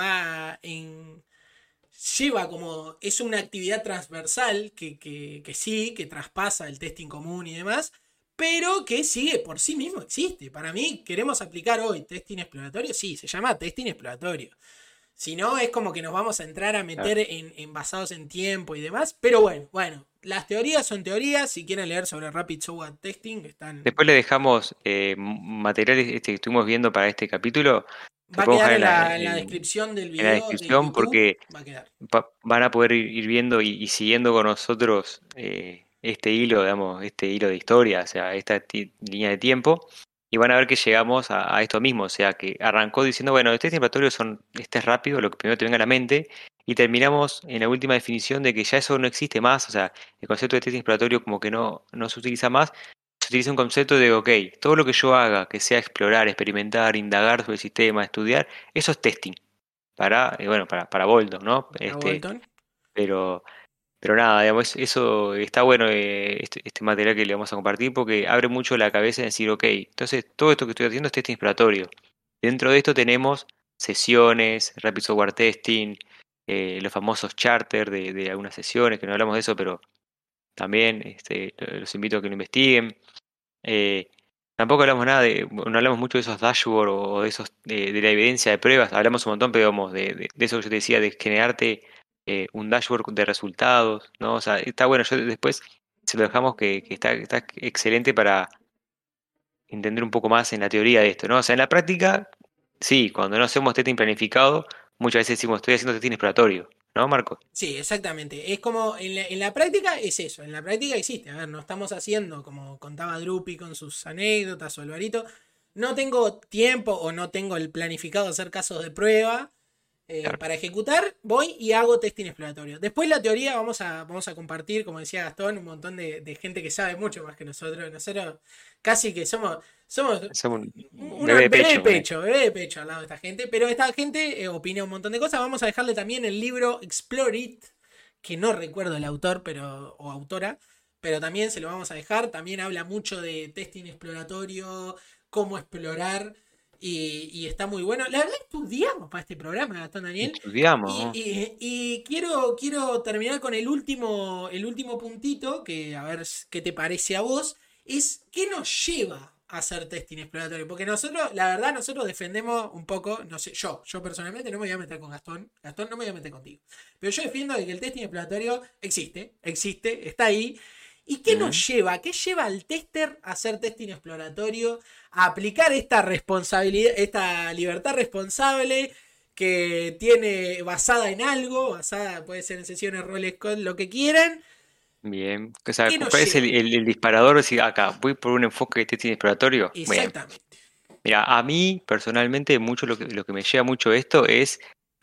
B: va en lleva como, es una actividad transversal que sí, que traspasa el testing común y demás, pero que sigue por sí mismo, existe. Para mí, queremos aplicar hoy testing exploratorio, sí, se llama testing exploratorio. Si no, es como que nos vamos a entrar a
A: Claro.
B: meter en basados en tiempo y demás, pero bueno, las teorías son teorías, si quieren leer sobre Rapid Software Testing, están...
A: Después le dejamos materiales que estuvimos viendo para este capítulo. Se
B: Va a
A: pueden
B: quedar
A: dejar
B: en la descripción del
A: en la
B: video de
A: descripción
B: YouTube,
A: porque
B: va a quedar.
A: van a poder ir viendo y siguiendo con nosotros este hilo, digamos, este hilo de historia, o sea, esta línea de tiempo, y van a ver que llegamos a esto mismo, o sea, que arrancó diciendo, bueno, este exploratorio son, este es rápido, lo que primero te venga a la mente, y terminamos en la última definición de que ya eso no existe más, o sea, el concepto de testing exploratorio como que no se utiliza más, se utiliza un concepto de, ok, todo lo que yo haga, que sea explorar, experimentar, indagar sobre el sistema, estudiar, eso es testing para, bueno, para Bolton, ¿no?
B: A Bolton.
A: Pero, pero nada, digamos, eso está bueno, este material que le vamos a compartir porque abre mucho la cabeza en decir, ok, entonces todo esto que estoy haciendo es testing exploratorio. Dentro de esto tenemos sesiones, Rapid Software Testing, los famosos charter de algunas sesiones, que no hablamos de eso, pero también los invito a que lo investiguen. Eh, Tampoco hablamos nada no hablamos mucho de esos dashboard o de esos de la evidencia de pruebas, hablamos un montón, pero digamos, de eso que yo te decía, de generarte un dashboard de resultados, ¿no? O sea, está bueno, yo después se lo dejamos que está excelente para entender un poco más en la teoría de esto, ¿no? O sea, en la práctica, sí, cuando no hacemos testing planificado, muchas veces decimos, estoy haciendo testing exploratorio, ¿no, Marco?
B: Sí, exactamente. Es como en la práctica es eso, en la práctica existe. A ver, no estamos haciendo, como contaba Drupi con sus anécdotas o Alvarito, no tengo tiempo o no tengo el planificado hacer casos de prueba.
A: Claro.
B: Para ejecutar, voy y hago testing exploratorio. Después la teoría vamos a compartir, como decía Gastón, un montón de gente que sabe mucho más que nosotros. Nosotros casi que somos
A: Somos un
B: una
A: bebé de pecho, ¿no?
B: bebé de pecho al lado de esta gente. Pero esta gente opina un montón de cosas. Vamos a dejarle también el libro Explore It, que no recuerdo el autor o autora, pero también se lo vamos a dejar. También habla mucho de testing exploratorio, cómo explorar. Y está muy bueno. La verdad estudiamos para este programa, Gastón Daniel.
A: Estudiamos,
B: Y,
A: ¿no?
B: y quiero terminar con el último puntito, que a ver qué te parece a vos, es qué nos lleva a hacer testing exploratorio. Porque nosotros, la verdad, nosotros defendemos un poco, no sé, yo personalmente no me voy a meter con Gastón, Gastón no me voy a meter contigo. Pero yo defiendo de que el testing exploratorio existe, está ahí. ¿Y qué
A: Mm,
B: nos lleva? ¿Qué lleva al tester a hacer testing exploratorio? A aplicar esta responsabilidad, esta libertad responsable que tiene basada en algo, basada puede ser en sesiones, roles, con lo que quieran.
A: bien. O sea,
B: ¿Qué nos
A: ¿cuál es
B: lleva?
A: el disparador? Decir, acá, voy por un enfoque de testing exploratorio. Bien.
B: Exactamente.
A: Mira, a mí personalmente mucho lo que me lleva mucho esto es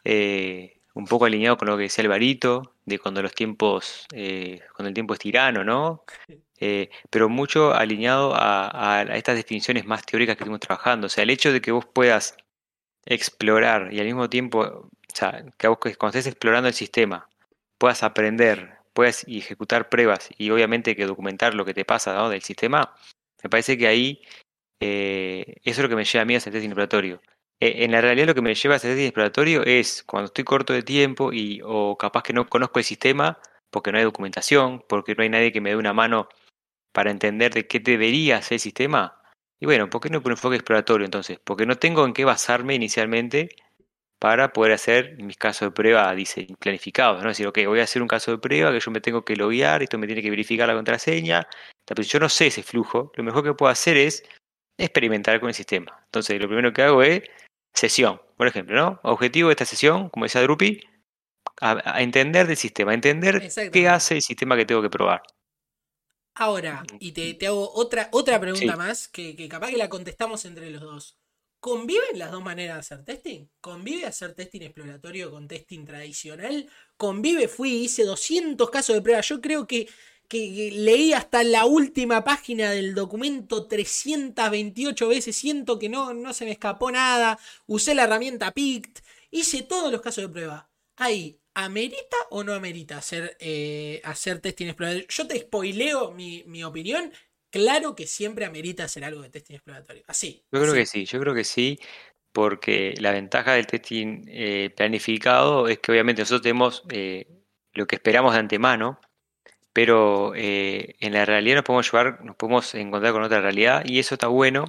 A: un poco alineado con lo que decía Alvarito, de cuando los tiempos, cuando el tiempo es tirano, ¿no? Pero mucho alineado a estas definiciones más teóricas que estuvimos trabajando. O sea, el hecho de que vos puedas explorar y al mismo tiempo, o sea, que vos cuando estés explorando el sistema, puedas aprender, puedas y ejecutar pruebas y obviamente que documentar lo que te pasa, ¿no? Del sistema, me parece que ahí eso es lo que me lleva a mí a hacer testing exploratorio. En la realidad lo que me lleva a hacer testing exploratorio es cuando estoy corto de tiempo y o capaz que no conozco el sistema porque no hay documentación, porque no hay nadie que me dé una mano para entender de qué debería hacer el sistema. Y bueno, ¿por qué no por un enfoque exploratorio entonces? Porque no tengo en qué basarme inicialmente para poder hacer mis casos de prueba planificados, ¿no? Es decir, ok, voy a hacer un caso de prueba que yo me tengo que loguear, esto me tiene que verificar la contraseña, pero si yo no sé ese flujo, lo mejor que puedo hacer es experimentar con el sistema. Entonces, lo primero que hago es sesión, por ejemplo, ¿no? Objetivo de esta sesión, como decía Drupi, a entender del sistema, a entender qué
B: Exactamente.
A: hace el sistema que tengo que probar.
B: Ahora, y te hago otra pregunta
A: Sí,
B: más, que capaz que la contestamos entre los dos. ¿Conviven las dos maneras de hacer testing? ¿Convive hacer testing exploratorio con testing tradicional? ¿Convive? Hice 200 casos de prueba. Yo creo que leí hasta la última página del documento 328 veces. Siento que no se me escapó nada. Usé la herramienta PICT. Hice todos los casos de prueba. Ahí, ¿amerita o no amerita hacer testing exploratorio? Yo te spoileo mi opinión. Claro que siempre amerita hacer algo de testing exploratorio. Así,
A: yo creo que
B: así.
A: sí, yo creo que sí, porque la ventaja del testing planificado es que obviamente nosotros tenemos lo que esperamos de antemano, pero en la realidad nos podemos encontrar con otra realidad y eso está bueno.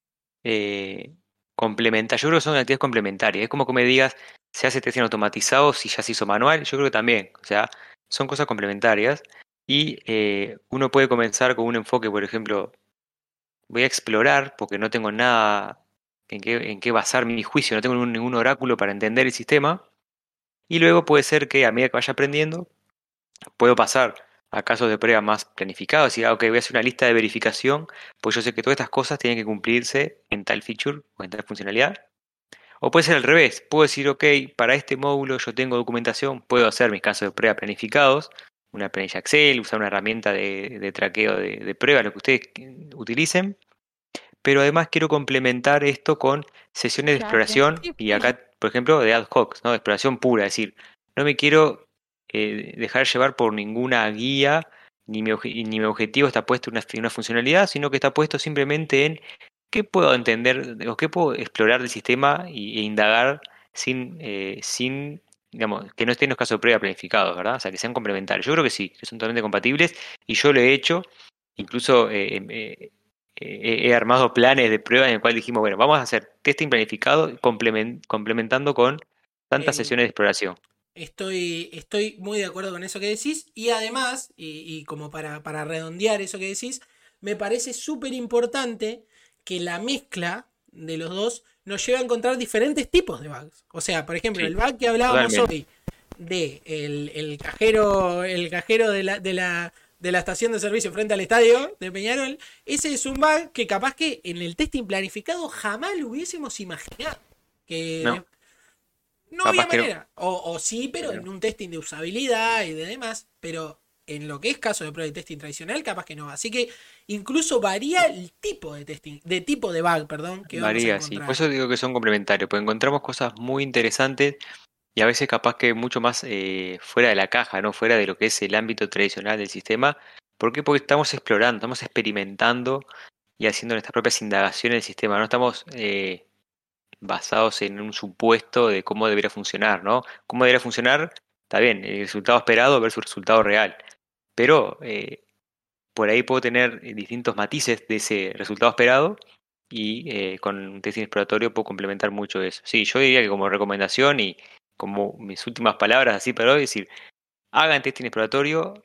A: Complementa, yo creo que son actividades complementarias. Es como que me digas, se hace testing automatizado si ya se hizo manual, yo creo que también. O sea, son cosas complementarias y uno puede comenzar con un enfoque, por ejemplo, voy a explorar porque no tengo nada en qué basar mi juicio, no tengo ningún oráculo para entender el sistema. Y luego puede ser que a medida que vaya aprendiendo, puedo pasar a casos de prueba más planificados y ok, voy a hacer una lista de verificación, pues yo sé que todas estas cosas tienen que cumplirse en tal feature o en tal funcionalidad. O puede ser al revés, puedo decir, ok, para este módulo yo tengo documentación, puedo hacer mis casos de prueba planificados, una planilla Excel, usar una herramienta de traqueo de prueba, lo que ustedes utilicen, pero además quiero complementar esto con sesiones de exploración y acá, por ejemplo, de ad hoc, ¿no? De exploración pura, es decir, no me quiero dejar llevar por ninguna guía, ni mi objetivo está puesto en una funcionalidad, sino que está puesto simplemente en qué puedo entender o qué puedo explorar del sistema e indagar sin, digamos, que no estén los casos de prueba planificados, ¿verdad? O sea, que sean complementarios. Yo creo que sí, que son totalmente compatibles y yo lo he hecho. Incluso he armado planes de prueba en el cual dijimos, bueno, vamos a hacer testing planificado complementando con tantas
B: El,
A: sesiones de exploración.
B: Estoy muy de acuerdo con eso que decís. Y además, y como para redondear eso que decís, me parece súper importante que la mezcla de los dos nos lleve a encontrar diferentes tipos de bugs. O sea, por ejemplo,
A: Sí,
B: el bug que hablábamos
A: totalmente.
B: hoy de el cajero de la estación de servicio frente al estadio de Peñarol, ese es un bug que capaz que en el testing planificado jamás lo hubiésemos imaginado.
A: No,
B: Que no había
A: capaz que no.
B: manera. O sí, pero en un testing de usabilidad y de demás. Pero en lo que es caso de prueba de testing tradicional, capaz que no. Así que incluso varía el tipo de testing, de tipo de bug, perdón, que vamos a
A: Varía, sí. Por
B: encontrar.
A: eso digo que son complementarios, porque encontramos cosas muy interesantes y a veces capaz que mucho más fuera de la caja, ¿no? Fuera de lo que es el ámbito tradicional del sistema. ¿Por qué? Porque estamos explorando, estamos experimentando y haciendo nuestras propias indagaciones del sistema. No estamos basados en un supuesto de cómo debería funcionar, ¿no? Cómo debería funcionar, está bien, el resultado esperado versus el resultado real. Pero por ahí puedo tener distintos matices de ese resultado esperado y con un testing exploratorio puedo complementar mucho eso. Sí, yo diría que como recomendación y como mis últimas palabras así para hoy, decir, hagan testing exploratorio,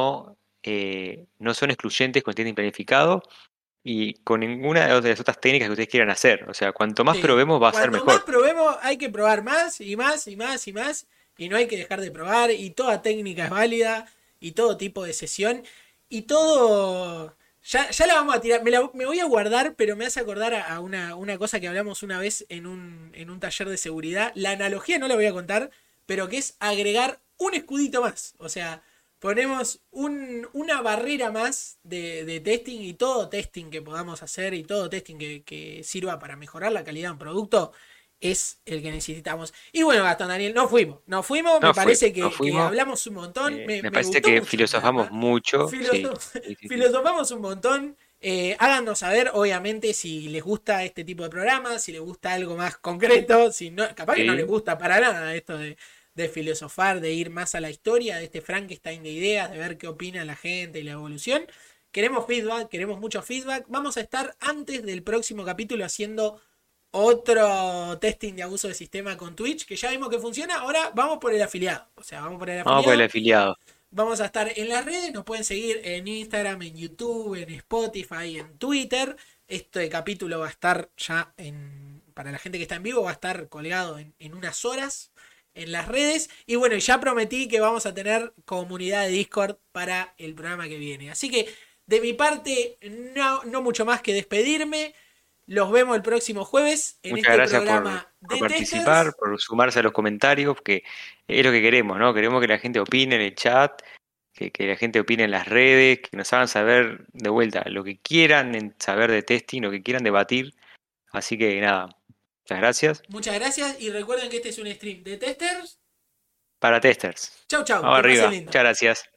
A: no son excluyentes con testing planificado y con ninguna de las otras técnicas que ustedes quieran hacer. O sea, cuanto más
B: Sí.
A: probemos va a ser
B: Cuanto más
A: mejor.
B: probemos, hay que probar más y más y más y más. Y no hay que dejar de probar. Y toda técnica es válida. Y todo tipo de sesión. Y todo. Ya la vamos a tirar. Me voy a guardar, pero me hace acordar a una cosa que hablamos una vez en un taller de seguridad. La analogía no la voy a contar, pero que es agregar un escudito más. O sea, ponemos una barrera más de testing y todo testing que podamos hacer y todo testing que sirva para mejorar la calidad de un producto es el que necesitamos. Y bueno, Gastón Daniel, nos fuimos, me parece
A: No
B: que
A: fuimos.
B: hablamos un montón, me,
A: Me
B: me
A: parece
B: gustó
A: que
B: mucho el
A: filosofamos
B: programa,
A: mucho, sí.
B: Filoso-
A: Sí, sí, sí.
B: filosofamos un montón. Háganos saber, obviamente, si les gusta este tipo de programas, si les gusta algo más concreto, si no, capaz que no les
A: Sí,
B: gusta para nada esto de filosofar, de ir más a la historia, de este Frankenstein de ideas, de ver qué opina la gente y la evolución. Queremos feedback, queremos mucho feedback. Vamos a estar antes del próximo capítulo haciendo otro testing de abuso de sistema con Twitch, que ya vimos que funciona. Ahora vamos por el afiliado. O sea, vamos por el
A: vamos por el
B: afiliado.
A: afiliado.
B: Vamos a estar en las redes, nos pueden seguir en Instagram, en YouTube, en Spotify, en Twitter. Este capítulo va a estar ya para la gente que está en vivo, va a estar colgado en unas horas en las redes. Y bueno, ya prometí que vamos a tener comunidad de Discord para el programa que viene. Así que de mi parte, no mucho más que despedirme. Los vemos el próximo jueves en
A: Muchas
B: este
A: gracias
B: programa
A: por
B: de
A: participar,
B: Testers.
A: por sumarse a los comentarios, que es lo que queremos, ¿no? Queremos que la gente opine en el chat, que la gente opine en las redes, que nos hagan saber de vuelta lo que quieran saber de testing, lo que quieran debatir. Así que nada, muchas gracias.
B: Muchas gracias y recuerden que este es un stream de Testers.
A: Para testers.
B: Chau, chau,
A: Vamos
B: que pasen
A: arriba.
B: lindo.
A: Muchas gracias.